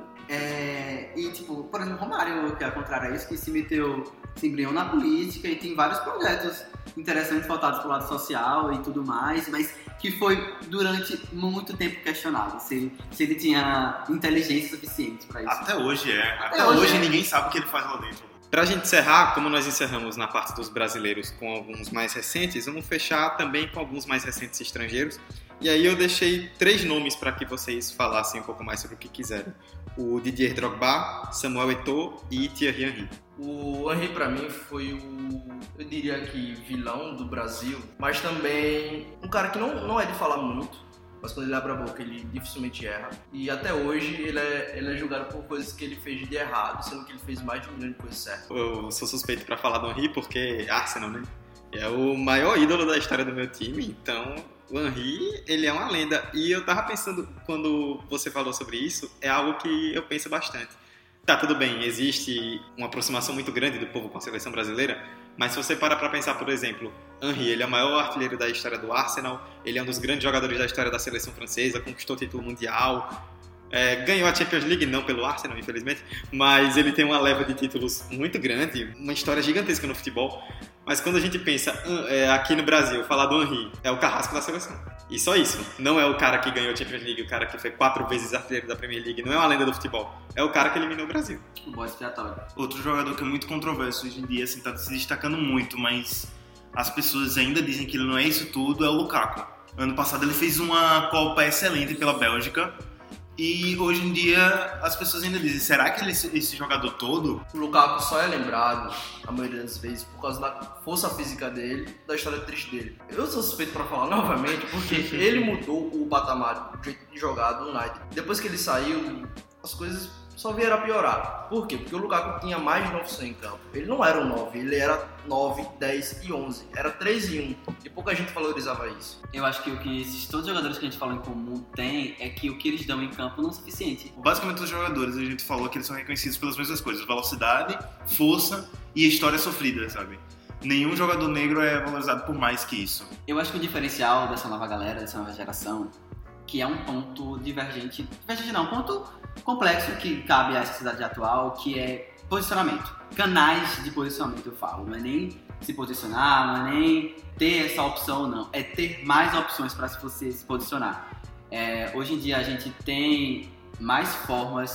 É, e tipo, por exemplo, Romário, que é contrário a isso, que se meteu, se embrião na política e tem vários projetos interessantes voltados pro lado social e tudo mais, mas que foi durante muito tempo questionado, se, se ele tinha inteligência suficiente pra isso. Até hoje é. Até, Até hoje, hoje é. ninguém sabe o que ele faz lá dentro. Pra gente encerrar, como nós encerramos na parte dos brasileiros com alguns mais recentes, vamos fechar também com alguns mais recentes estrangeiros. E aí eu deixei três nomes para que vocês falassem um pouco mais sobre o que quiserem. O Didier Drogba, Samuel Eto'o e Thierry Henry. O Henry pra mim foi o, eu diria que vilão do Brasil, mas também um cara que não, não é de falar muito, mas quando ele abre a boca ele dificilmente erra. E até hoje ele é, ele é julgado por coisas que ele fez de errado, sendo que ele fez mais de um milhão de coisas certas. Eu sou suspeito para falar do Henry porque Arsenal, né? É o maior ídolo da história do meu time, então o Henry, ele é uma lenda. E eu tava pensando, quando você falou sobre isso, é algo que eu penso bastante. Tá, tudo bem, existe uma aproximação muito grande do povo com a seleção brasileira, mas se você para pra pensar, por exemplo, Henry, ele é o maior artilheiro da história do Arsenal, ele é um dos grandes jogadores da história da seleção francesa, conquistou o título mundial, é, ganhou a Champions League, não pelo Arsenal, infelizmente, mas ele tem uma leva de títulos muito grande, uma história gigantesca no futebol. Mas quando a gente pensa é, aqui no Brasil, falar do Henry, é o carrasco da seleção. E só isso. Não é o cara que ganhou a Champions League, o cara que foi quatro vezes artilheiro da Premier League, não é uma lenda do futebol. É o cara que eliminou o Brasil. Um bode expiatório. Outro jogador que é muito controverso hoje em dia, assim, tá se destacando muito, mas as pessoas ainda dizem que ele não é isso tudo, é o Lukaku. Ano passado ele fez uma Copa excelente pela Bélgica, e hoje em dia as pessoas ainda dizem, será que ele, esse jogador todo... O Lukaku só é lembrado, a maioria das vezes, por causa da força física dele, da história triste dele. Eu sou suspeito pra falar novamente, porque ele mudou o patamar do jeito de jogar do United. Depois que ele saiu, as coisas só vieram a piorar. Por quê? Porque o Lukaku tinha mais de nove em campo. Ele não era o nove, ele era nove, dez e onze. Era três e um. E pouca gente valorizava isso. Eu acho que o que esses, todos os jogadores que a gente falou em comum têm é que o que eles dão em campo não é suficiente. Basicamente os jogadores, a gente falou que eles são reconhecidos pelas mesmas coisas. Velocidade, força e história sofrida, sabe? Nenhum jogador negro é valorizado por mais que isso. Eu acho que o diferencial dessa nova galera, dessa nova geração, que é um ponto divergente, divergente não, um ponto complexo que cabe à sociedade atual, que é posicionamento. Canais de posicionamento, eu falo. Não é nem se posicionar, não é nem ter essa opção, não. É ter mais opções para você se posicionar. É, hoje em dia a gente tem mais formas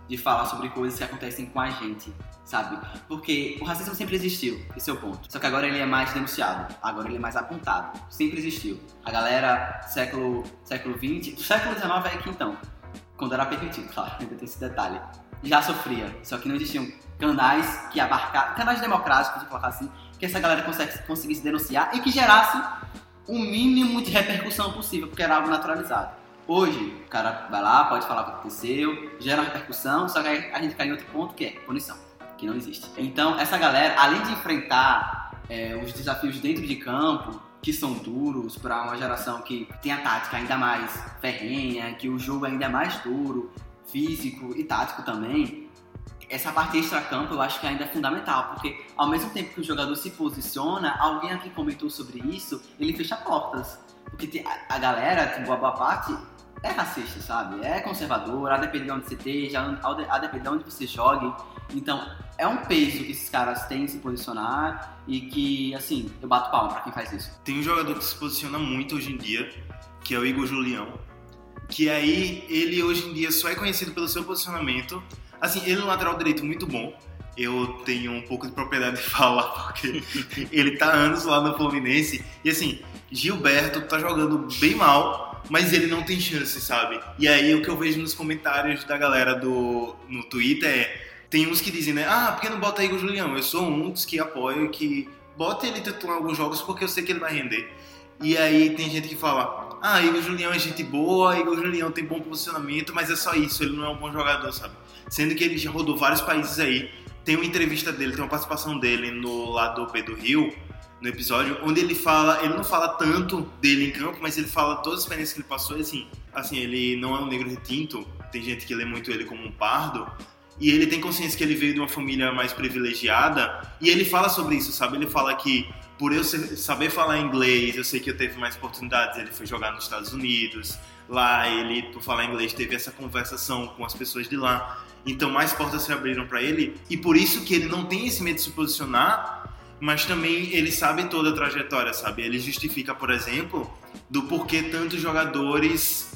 de falar sobre coisas que acontecem com a gente, sabe? Porque o racismo sempre existiu, esse é o ponto. Só que agora ele é mais denunciado, agora ele é mais apontado. Sempre existiu. A galera, século, século vinte, do século dezenove é que então, quando era permitido, claro, ainda tem esse detalhe, já sofria. Só que não existiam canais que abarcassem, canais democráticos, vou colocar assim, que essa galera conseguisse, conseguisse denunciar e que gerasse o mínimo de repercussão possível, porque era algo naturalizado. Hoje, o cara vai lá, pode falar o que aconteceu, gera repercussão, só que a gente cai em outro ponto que é punição, que não existe. Então, essa galera, além de enfrentar é, os desafios dentro de campo, que são duros para uma geração que tem a tática ainda mais ferrenha, que o jogo ainda é mais duro, físico e tático também, essa parte extra-campo eu acho que ainda é fundamental, porque ao mesmo tempo que o jogador se posiciona, alguém aqui comentou sobre isso, ele fecha portas. Porque tem, a, a galera, tipo, a boa parte, é racista, sabe? É conservador, a depender de onde você esteja, a depender de onde você jogue. Então, é um peso que esses caras têm em se posicionar e que, assim, eu bato palma pra quem faz isso. Tem um jogador que se posiciona muito hoje em dia, que é o Igor Julião, que aí ele hoje em dia só é conhecido pelo seu posicionamento. Assim, ele é um lateral direito muito bom. Eu tenho um pouco de propriedade de falar, porque ele tá há anos lá no Fluminense. E assim, Gilberto tá jogando bem mal, mas ele não tem chance, sabe? E aí o que eu vejo nos comentários da galera do, no Twitter é... Tem uns que dizem, né? Ah, por que não bota Igor Julião? Eu sou um dos que apoio que bota ele titular em alguns jogos porque eu sei que ele vai render. E aí tem gente que fala... Ah, Igor Julião é gente boa, Igor Julião tem bom posicionamento, mas é só isso, ele não é um bom jogador, sabe? Sendo que ele já rodou vários países aí. Tem uma entrevista dele, tem uma participação dele no Lado B do Rio, no episódio, onde ele fala, ele não fala tanto dele em campo, mas ele fala todas as experiências que ele passou, e assim, assim, ele não é um negro retinto, tem gente que lê muito ele como um pardo, e ele tem consciência que ele veio de uma família mais privilegiada, e ele fala sobre isso, sabe? Ele fala que por eu saber falar inglês, eu sei que eu teve mais oportunidades, ele foi jogar nos Estados Unidos, lá ele, por falar inglês, teve essa conversação com as pessoas de lá, então mais portas se abriram para ele, e por isso que ele não tem esse medo de se posicionar, mas também ele sabe toda a trajetória, sabe? Ele justifica, por exemplo, do porquê tantos jogadores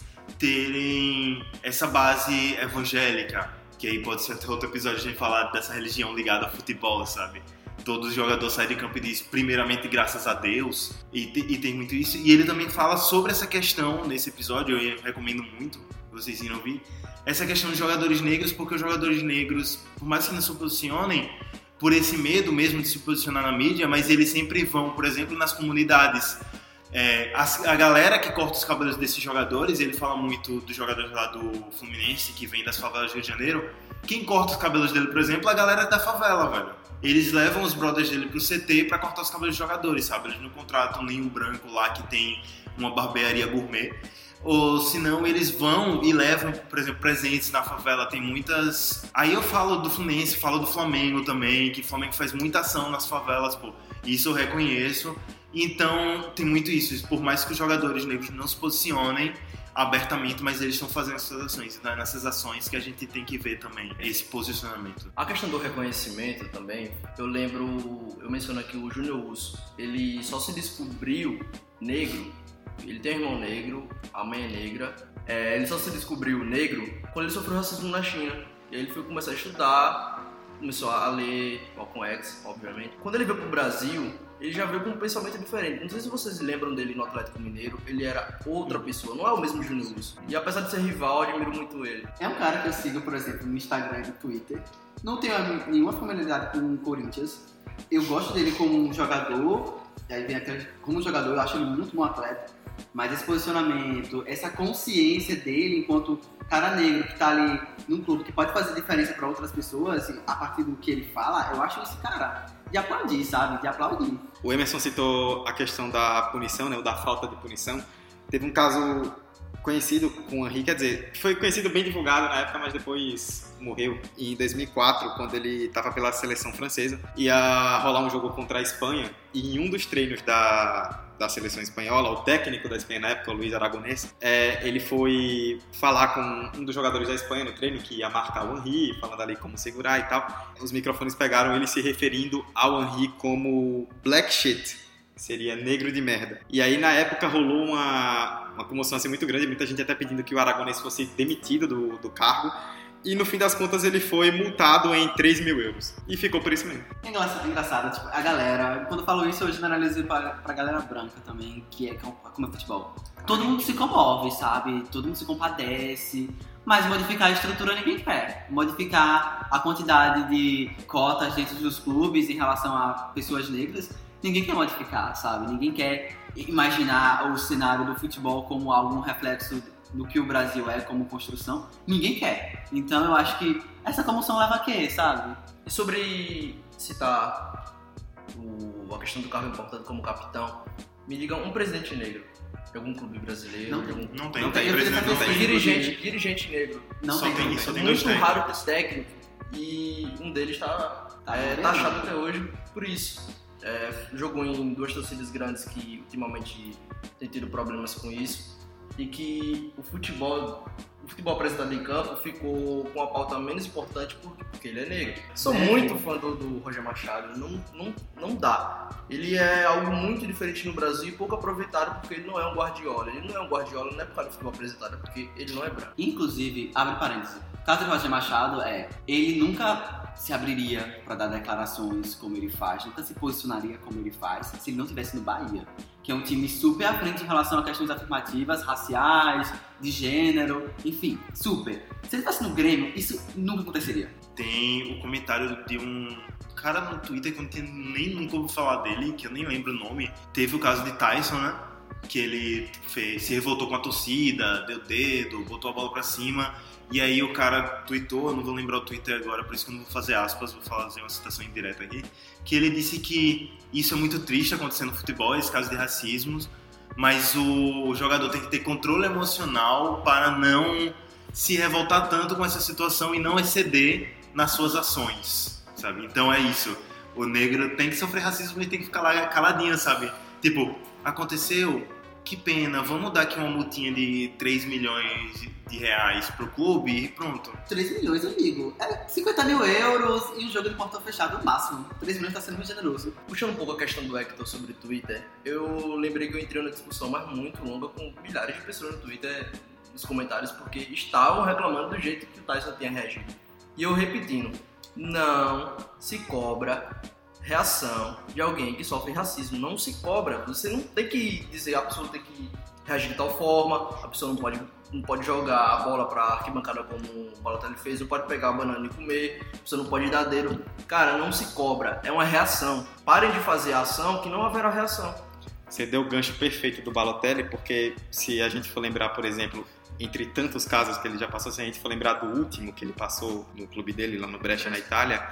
terem essa base evangélica, que aí pode ser até outro episódio a gente falar dessa religião ligada ao futebol, sabe? Todo jogador sai de campo e diz, primeiramente, graças a Deus, e, e tem muito isso. E ele também fala sobre essa questão nesse episódio, eu recomendo muito vocês irem ouvir, essa questão de jogadores negros, porque os jogadores negros, por mais que não se posicionem, por esse medo mesmo de se posicionar na mídia, mas eles sempre vão, por exemplo, nas comunidades. É, a, a galera que corta os cabelos desses jogadores, ele fala muito dos jogadores lá do Fluminense, que vem das favelas do Rio de Janeiro, quem corta os cabelos dele, por exemplo, é a galera da favela, velho. Eles levam os brothers dele pro C T pra cortar os cabelos dos jogadores, sabe? Eles não contratam nenhum branco lá que tem uma barbearia gourmet. Ou senão eles vão e levam, por exemplo, presentes na favela. Tem muitas... Aí eu falo do Fluminense, falo do Flamengo também, que o Flamengo faz muita ação nas favelas, pô. Isso eu reconheço. Então tem muito isso. Por mais que os jogadores negros não se posicionem abertamente, mas eles estão fazendo essas ações. Então é nessas ações que a gente tem que ver também esse posicionamento. A questão do reconhecimento também, eu lembro, eu menciono aqui o Júnior Urso, ele só se descobriu negro, ele tem um irmão negro, a mãe é negra, é, ele só se descobriu negro quando ele sofreu racismo na China. E aí ele foi começar a estudar, começou a ler Malcolm X, obviamente. Quando ele veio pro Brasil, ele já veio com um pensamento diferente. Não sei se vocês lembram dele no Atlético Mineiro, ele era outra pessoa, não é o mesmo Júnior Urso. E apesar de ser rival, eu admiro muito ele. É um cara que eu sigo, por exemplo, no Instagram e no Twitter. Não tenho nenhuma familiaridade com o Corinthians. Eu gosto dele como um jogador, e aí vem até como jogador, eu acho ele muito bom atleta. Mas esse posicionamento, essa consciência dele enquanto cara negro que tá ali num clube que pode fazer diferença para outras pessoas, assim, a partir do que ele fala, eu acho esse cara de aplaudir, sabe? De aplaudir. O Emerson citou a questão da punição, né? Ou da falta de punição. Teve um caso conhecido com o Henry, quer dizer, foi conhecido, bem divulgado na época, mas depois morreu. Em dois mil e quatro, quando ele estava pela seleção francesa, ia rolar um jogo contra a Espanha, e em um dos treinos da, da seleção espanhola, o técnico da Espanha na época, o Luiz Aragonés, é, ele foi falar com um dos jogadores da Espanha no treino, que ia marcar o Henry, falando ali como segurar e tal. Os microfones pegaram ele se referindo ao Henry como black shit, seria negro de merda. E aí, na época, rolou uma, uma comoção assim muito grande, muita gente até pedindo que o Aragonés fosse demitido do, do cargo. e no fim das contas ele foi multado em três mil euros. E ficou por isso mesmo. É engraçado, é engraçado tipo, a galera, quando eu falo isso, eu generalizo pra, pra galera branca também, que é como é futebol. Todo mundo se comove, sabe? Todo mundo se compadece. Mas modificar a estrutura ninguém quer. Modificar a quantidade de cotas dentro dos clubes em relação a pessoas negras, ninguém quer modificar, sabe? Ninguém quer imaginar o cenário do futebol como algum reflexo do que o Brasil é como construção. Ninguém quer. Então eu acho que essa comoção leva a quê, sabe? E sobre citar o, a questão do cargo importante como capitão, me diga um presidente negro de algum clube brasileiro. Não, de algum... não tem, não tem, tem presidente, não tem. Dirigente, dirigente negro. Não só tem, tem, não só tem. tem Muito dois raro esse técnico e um deles está Tá é, vendo? taxado até hoje por isso. É, jogou em duas torcidas grandes que ultimamente tem tido problemas com isso e que o futebol, o futebol apresentado em campo ficou com a pauta menos importante porque, porque ele é negro. Sou É. muito fã do, do Roger Machado, não, não, não dá. Ele é algo muito diferente no Brasil e pouco aproveitado porque ele não é um Guardiola. Ele não é um Guardiola, não é por causa do futebol apresentado, é porque ele não é branco. Inclusive, abre parênteses, o caso do Roger Machado é, ele nunca se abriria para dar declarações como ele faz, nunca se posicionaria como ele faz se ele não estivesse no Bahia, que é um time super à frente em relação a questões afirmativas, raciais, de gênero, enfim, super. Se ele estivesse no Grêmio, isso nunca aconteceria. Tem o comentário de um cara no Twitter que eu não tenho nem nunca ouvi falar dele, que eu nem lembro o nome. Teve o caso de Tyson, né? Que ele fez, se revoltou com a torcida, deu dedo, botou a bola pra cima. E aí o cara tweetou, eu não vou lembrar o Twitter agora, por isso que eu não vou fazer aspas, vou fazer uma citação indireta aqui, que ele disse que isso é muito triste acontecer no futebol, esse caso de racismo, mas o jogador tem que ter controle emocional para não se revoltar tanto com essa situação e não exceder nas suas ações, sabe? Então é isso, o negro tem que sofrer racismo e tem que ficar lá caladinho, sabe? Tipo, aconteceu, que pena, vamos dar aqui uma multinha de três milhões de reais pro clube e pronto. três milhões, eu digo. É cinquenta mil euros e um jogo de portão fechado no máximo. três milhões tá sendo muito generoso. Puxando um pouco a questão do Hector sobre Twitter, eu lembrei que eu entrei numa discussão mas muito longa com milhares de pessoas no Twitter, nos comentários, porque estavam reclamando do jeito que o Tyson tinha reagido. E eu repetindo, não se cobra reação de alguém que sofre racismo, não se cobra. Você não tem que dizer a pessoa tem que reagir de tal forma, a pessoa não pode, não pode jogar a bola pra arquibancada como o Balotelli fez, não pode pegar a banana e comer, a pessoa não pode dar dedo. Cara, não se cobra, é uma reação. Parem de fazer a ação que não haverá reação. Você deu o gancho perfeito do Balotelli, porque se a gente for lembrar, por exemplo, entre tantos casos que ele já passou, se a gente for lembrar do último que ele passou no clube dele, lá no Brescia, na Itália,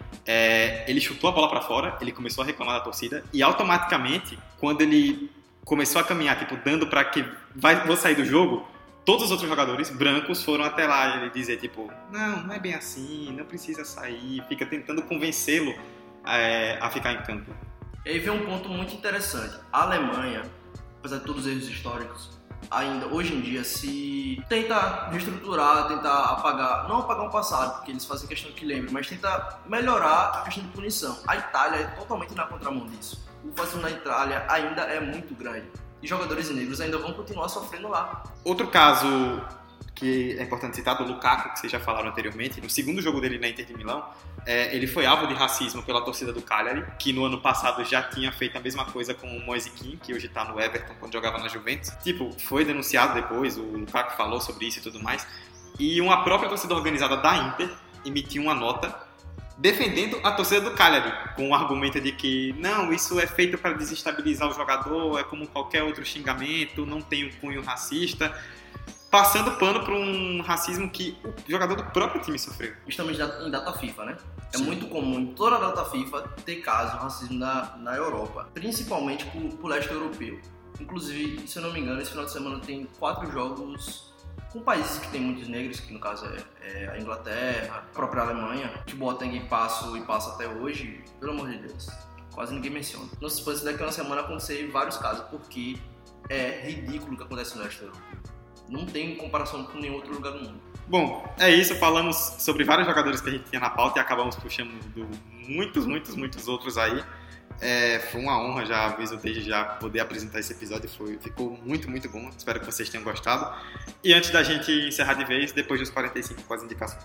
é, ele chutou a bola para fora, ele começou a reclamar da torcida e automaticamente, quando ele começou a caminhar, tipo, dando para que vai, vou sair do jogo, todos os outros jogadores brancos foram até lá ele dizer, tipo, não, não é bem assim, não precisa sair, fica tentando convencê-lo é, a ficar em campo. E aí vem um ponto muito interessante. A Alemanha, apesar de todos os erros históricos, ainda hoje em dia se tenta reestruturar, tentar apagar, não apagar o passado, porque eles fazem questão que lembre, mas tenta melhorar a questão de punição. A Itália é totalmente na contramão disso. O fascismo na Itália ainda é muito grande e jogadores negros ainda vão continuar sofrendo lá. Outro caso que é importante citar, do Lukaku, que vocês já falaram anteriormente, no segundo jogo dele na Inter de Milão, é, ele foi alvo de racismo pela torcida do Cagliari, que no ano passado já tinha feito a mesma coisa com o Moise Kean, que hoje está no Everton, quando jogava na Juventus. Tipo, foi denunciado depois, o Lukaku falou sobre isso e tudo mais, e uma própria torcida organizada da Inter emitiu uma nota defendendo a torcida do Cagliari, com o argumento de que não, isso é feito para desestabilizar o jogador, é como qualquer outro xingamento, não tem um cunho racista, passando pano para um racismo que o jogador do próprio time sofreu. Estamos em data FIFA, né? É Sim. muito comum em toda a data FIFA ter casos de racismo na, na Europa, principalmente por, por leste europeu. Inclusive, se eu não me engano, esse final de semana tem quatro jogos com países que tem muitos negros, que no caso é, é a Inglaterra, a própria Alemanha, que o Boateng passa e passa até hoje, pelo amor de Deus, quase ninguém menciona. Não se fosse daqui a uma semana acontecer vários casos, porque é ridículo o que acontece no leste europeu. Não tem comparação com nenhum outro lugar do mundo. Bom, é isso. Falamos sobre vários jogadores que a gente tinha na pauta e acabamos puxando muitos, muitos, muitos outros aí. É, foi uma honra, já aviso desde já, poder apresentar esse episódio. Foi, ficou muito, muito bom. Espero que vocês tenham gostado. E antes da gente encerrar de vez, depois dos quarenta e cinco com as indicações.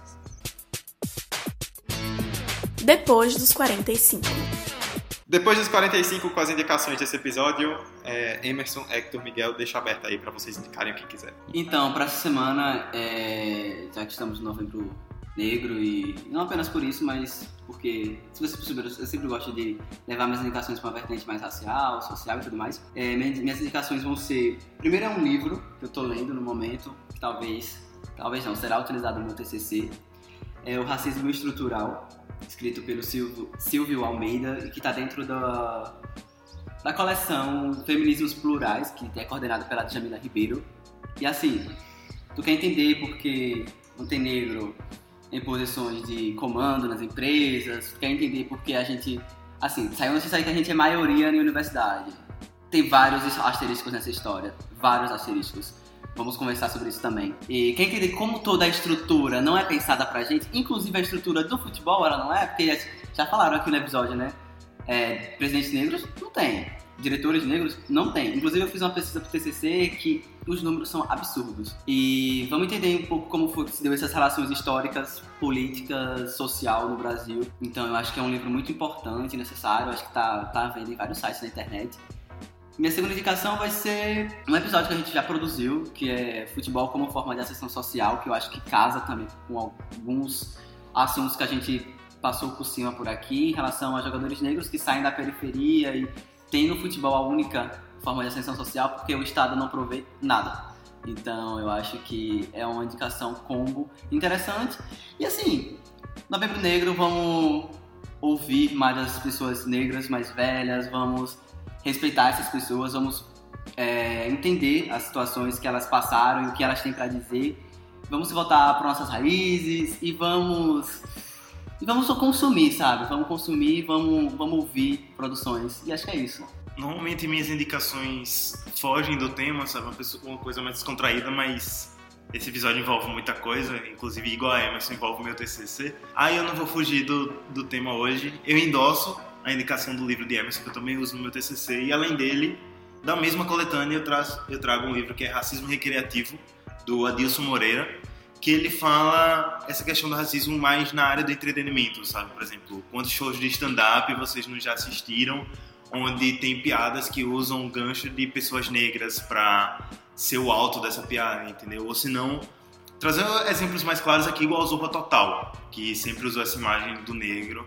Depois dos quarenta e cinco. Depois dos quarenta e cinco com as indicações desse episódio, é, Emerson, Hector, Miguel, deixo aberto aí para vocês indicarem o que quiserem. Então, para essa semana, é, já que estamos no Novembro Negro, e não apenas por isso, mas porque, se vocês perceberam, eu sempre gosto de levar minhas indicações para uma vertente mais racial, social e tudo mais. É, minhas indicações vão ser, primeiro é um livro que eu estou lendo no momento, que talvez, talvez não, será utilizado no meu T C C, é o Racismo Estrutural, escrito pelo Silvio, Silvio Almeida, e que está dentro da, da coleção Feminismos Plurais, que é coordenada pela Djamila Ribeiro. E assim, tu quer entender porque não tem negro em posições de comando nas empresas, tu quer entender porque a gente, assim, saiu notícia aí que a gente é maioria em universidade. Tem vários asteriscos nessa história, vários asteriscos. Vamos conversar sobre isso também. E quem entender como toda a estrutura não é pensada pra gente, inclusive a estrutura do futebol, ela não é, porque já falaram aqui no episódio, né? É, presidentes negros não tem, diretores negros não tem. Inclusive eu fiz uma pesquisa pro T C C que os números são absurdos. E vamos entender um pouco como foi que se deu essas relações históricas, políticas, social no Brasil. Então eu acho que é um livro muito importante, necessário, acho que tá, tá vendo em vários sites na internet. Minha segunda indicação vai ser um episódio que a gente já produziu, que é Futebol como Forma de Ascensão Social, que eu acho que casa também com alguns assuntos que a gente passou por cima por aqui, em relação a jogadores negros que saem da periferia e tem no futebol a única forma de ascensão social, porque o Estado não provê nada. Então eu acho que é uma indicação combo interessante. E assim, Novembro Negro, vamos ouvir mais as pessoas negras mais velhas, vamos respeitar essas pessoas, vamos é, entender as situações que elas passaram e o que elas têm para dizer. Vamos voltar para nossas raízes e vamos e vamos só consumir, sabe? Vamos consumir, vamos, vamos ouvir produções. E acho que é isso. Normalmente minhas indicações fogem do tema, sabe? Uma, pessoa, uma coisa mais descontraída, mas esse episódio envolve muita coisa, inclusive igual a Emerson envolve o meu T C C. Aí eu não vou fugir do, do tema hoje. Eu endosso a indicação do livro de Emerson, que eu também uso no meu T C C, e além dele, da mesma coletânea, eu, traço, eu trago um livro que é Racismo Recreativo, do Adilson Moreira, que ele fala essa questão do racismo mais na área do entretenimento, sabe? Por exemplo, quantos shows de stand-up vocês não já assistiram, onde tem piadas que usam um gancho de pessoas negras para ser o alto dessa piada, entendeu? Ou se não, trazer exemplos mais claros aqui, igual a Zorra Total, que sempre usou essa imagem do negro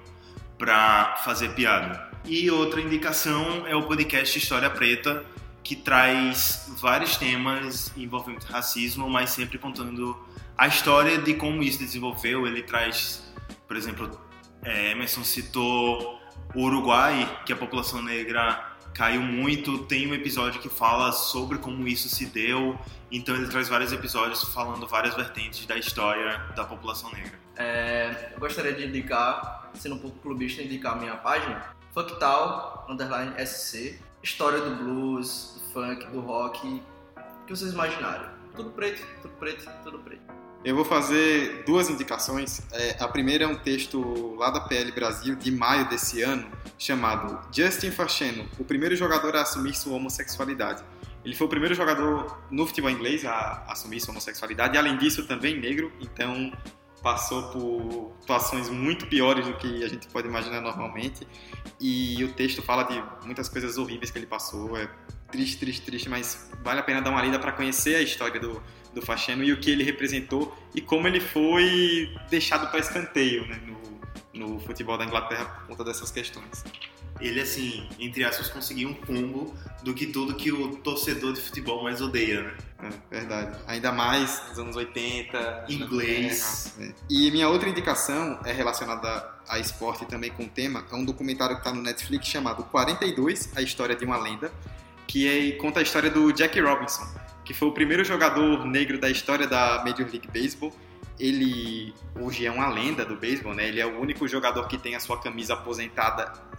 para fazer piada. E outra indicação é o podcast História Preta, que traz vários temas envolvendo racismo, mas sempre contando a história de como isso desenvolveu. Ele traz, por exemplo, é, Emerson citou o Uruguai, que a população negra caiu muito, tem um episódio que fala sobre como isso se deu, então ele traz vários episódios falando várias vertentes da história da população negra. É, eu gostaria de indicar, sendo um pouco clubista, indicar a minha página, Fucktal, underline S C, história do blues, do funk, do rock, o que vocês imaginarem. Tudo preto, tudo preto, tudo preto. Eu vou fazer duas indicações. É, a primeira é um texto lá da P L Brasil, de maio desse ano, chamado Justin Fashanu, o primeiro jogador a assumir sua homossexualidade. Ele foi o primeiro jogador no futebol inglês a assumir sua homossexualidade, e além disso também negro, então passou por situações muito piores do que a gente pode imaginar normalmente, e o texto fala de muitas coisas horríveis que ele passou. É triste, triste, triste, mas vale a pena dar uma lida para conhecer a história do, do Fashanu e o que ele representou e como ele foi deixado para escanteio, né, no, no futebol da Inglaterra por conta dessas questões. Ele, assim, entre aspas, conseguiu um combo do que tudo que o torcedor de futebol mais odeia, né? É verdade. Ainda mais nos anos oitenta. Inglês. É. E minha outra indicação é relacionada a esporte também com o tema. É um documentário que está no Netflix chamado quarenta e dois, A História de uma Lenda, que é, conta a história do Jackie Robinson, que foi o primeiro jogador negro da história da Major League Baseball. Ele hoje é uma lenda do beisebol, né? Ele é o único jogador que tem a sua camisa aposentada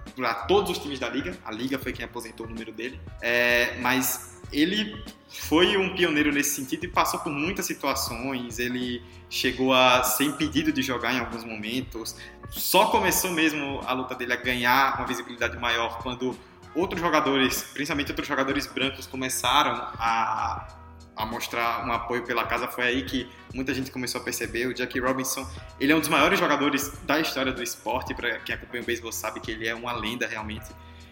para todos os times da Liga. A Liga foi quem aposentou o número dele. É, mas ele foi um pioneiro nesse sentido e passou por muitas situações. Ele chegou a ser impedido de jogar em alguns momentos. Só começou mesmo a luta dele a ganhar uma visibilidade maior quando outros jogadores, principalmente outros jogadores brancos, começaram a, a mostrar um apoio pela casa. Foi aí que muita gente começou a perceber. O Jackie Robinson, ele é um dos maiores jogadores da história do esporte. Para quem acompanha o beisebol sabe que ele é uma lenda realmente.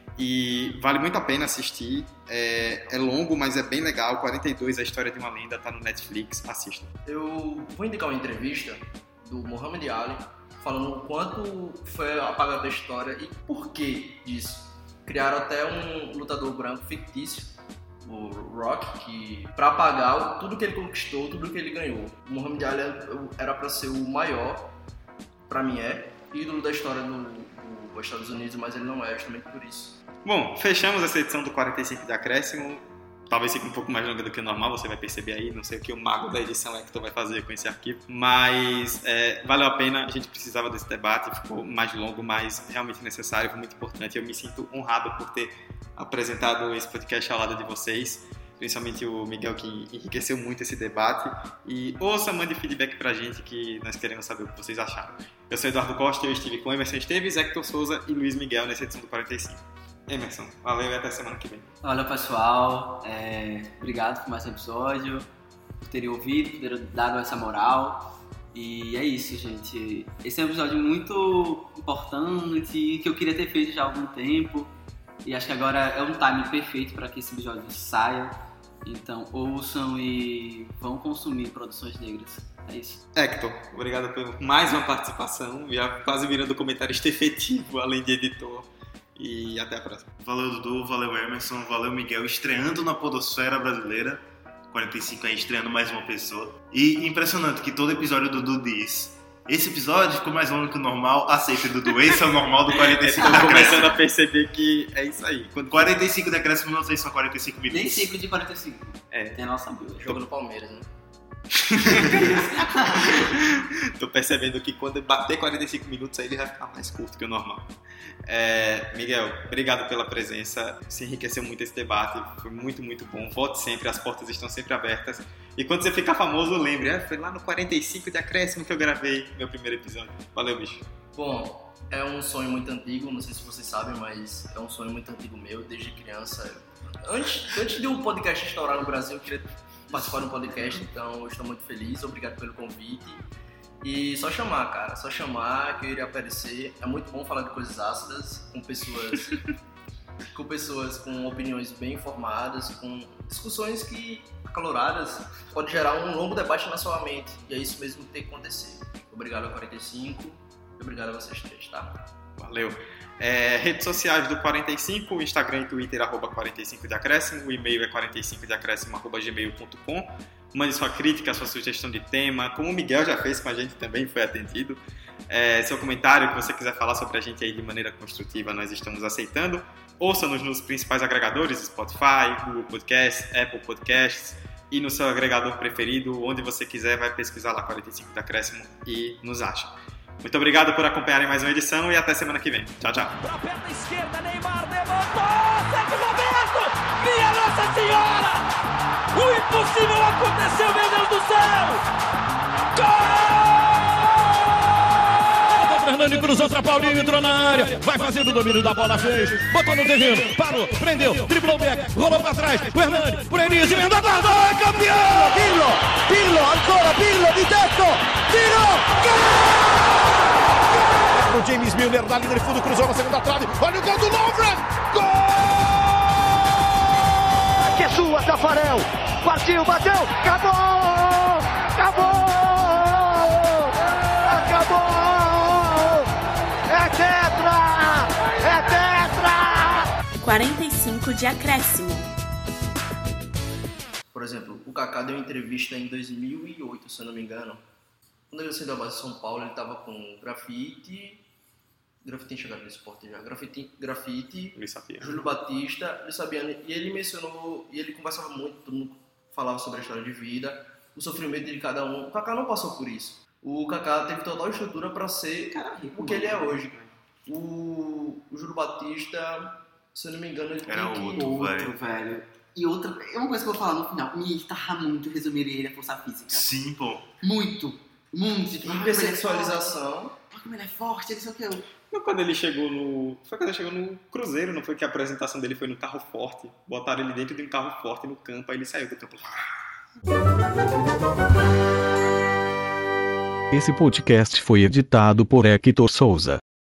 E vale muito a pena assistir. É, é longo, mas é bem legal. quarenta e dois, a história de uma lenda, tá no Netflix. Assista. Eu vou indicar uma entrevista do Muhammad Ali falando o quanto foi apagado da história e por que disso. Criaram até um lutador branco fictício, o Rock, que para apagar tudo que ele conquistou, tudo que ele ganhou. O Muhammad Ali era para ser o maior, para mim é, ídolo da história do, do, dos Estados Unidos, mas ele não é, justamente por isso. Bom, fechamos essa edição do quarenta e cinco de acréscimo. Talvez fique um pouco mais longa do que o normal, você vai perceber aí. Não sei o que o mago da edição Hector vai fazer com esse arquivo. Mas é, valeu a pena, a gente precisava desse debate. Ficou mais longo, mas realmente necessário, foi muito importante. Eu me sinto honrado por ter apresentado esse podcast ao lado de vocês. Principalmente o Miguel, que enriqueceu muito esse debate. E ouça, mande feedback pra gente, que nós queremos saber o que vocês acharam. Eu sou Eduardo Costa, eu estive com Emerson Esteves, Hector Souza e Luiz Miguel nessa edição do quarenta e cinco. Emerson, valeu e até semana que vem. Valeu, pessoal. É, obrigado por mais um episódio, por terem ouvido, por terem dado essa moral. E é isso, gente. Esse é um episódio muito importante, que eu queria ter feito já há algum tempo. E acho que agora é um timing perfeito para que esse episódio saia. Então, ouçam e vão consumir produções negras. É isso. Hector, obrigado por mais uma participação. Já quase virando comentarista efetivo, além de editor. E até a próxima. Valeu, Dudu, valeu, Emerson, valeu, Miguel, estreando na podosfera brasileira. quarenta e cinco aí, estreando mais uma pessoa. E impressionante que todo episódio do Dudu diz: esse episódio ficou mais longo que o normal, aceita, Dudu, esse é o normal do quarenta e cinco de acréscimo. Começando a perceber que é isso aí. Quando... quarenta e cinco de acréscimo não sei se são quarenta e cinco minutos. Nem sempre de quarenta e cinco. É. Tem a nossa Bíblia. Jogo do Palmeiras, né? Tô percebendo que quando bater quarenta e cinco minutos aí ele vai ficar mais curto que o normal. É, Miguel, obrigado pela presença, se enriqueceu muito esse debate, foi muito, muito bom. Volte sempre, as portas estão sempre abertas. E quando você ficar famoso, lembre, é, foi lá no quarenta e cinco de acréscimo que eu gravei meu primeiro episódio. Valeu, bicho. Bom, é um sonho muito antigo, não sei se vocês sabem, mas é um sonho muito antigo meu, desde criança. Antes, antes de um podcast estourar no Brasil, eu queria participar de um podcast, então eu estou muito feliz, obrigado pelo convite. E só chamar, cara, só chamar que eu iria aparecer. É muito bom falar de coisas ácidas, com pessoas com pessoas com opiniões bem informadas, com discussões que, acaloradas, pode gerar um longo debate na sua mente. E é isso mesmo que tem que acontecer. Obrigado ao quarenta e cinco e obrigado a vocês três, tá? Valeu. É, redes sociais do quarenta e cinco, Instagram e Twitter, arroba quarenta e cinco de acréscimo, o e-mail é quarenta e cinco de acréscimo, arroba gmail ponto com. Mande sua crítica, sua sugestão de tema, como o Miguel já fez com a gente também, foi atendido. É, seu comentário, que você quiser falar sobre a gente aí de maneira construtiva, nós estamos aceitando. Ouça-nos nos principais agregadores, Spotify, Google Podcasts, Apple Podcasts e no seu agregador preferido, onde você quiser, vai pesquisar lá quarenta e cinco de acréscimo e nos acha. Muito obrigado por acompanharem mais uma edição e até semana que vem. Tchau, tchau. Pra perna esquerda, Neymar levantou, Sérgio Roberto! Minha Nossa Senhora! O impossível aconteceu, meu Deus do céu! Gol! Fernando cruzou pra Paulinho, entrou na área, vai fazendo o domínio da bola, fez, botou no terreno, parou, prendeu, driblou o back, rolou pra trás, o Hernani, por Enis, emendou, guardou, é campeão! Pirlo, Pirlo, ancora Pirlo di tetto, tiro, gol! O James Milner na linha de fundo, cruzou na segunda trave, olha o gol do Lovren, gol! Que é sua, Tafarel, partiu, bateu, acabou, acabou, acabou, é tetra, é tetra! quarenta e cinco de acréscimo. Por exemplo, o Kaká deu entrevista em dois mil e oito, se eu não me engano. Quando ele saiu da base de São Paulo, ele estava com Grafite... Grafite tinha chegado no esporte já. Grafite, Grafite Júlio Batista, Luiz Sabiano. E ele mencionou, e ele conversava muito, todo mundo falava sobre a história de vida, o sofrimento de cada um. O Kaká não passou por isso. O Kaká teve total estrutura para ser Caramba, o que ele é hoje. O, o Júlio Batista, se eu não me engano, ele Era tem que... outro, Outro, velho. E outra, é uma coisa que eu vou falar no final. Me irritava muito resumir ele a força física. Sim, pô. Muito. Muito. Tipo, ah, Hipersexualização. olha como ele é forte, ele sei o que. Eu... Não, quando ele chegou no... Foi quando ele chegou no Cruzeiro, não foi que a apresentação dele foi no carro forte? Botaram ele dentro de um carro forte no campo, aí ele saiu do campo. Esse podcast foi editado por Hector Souza.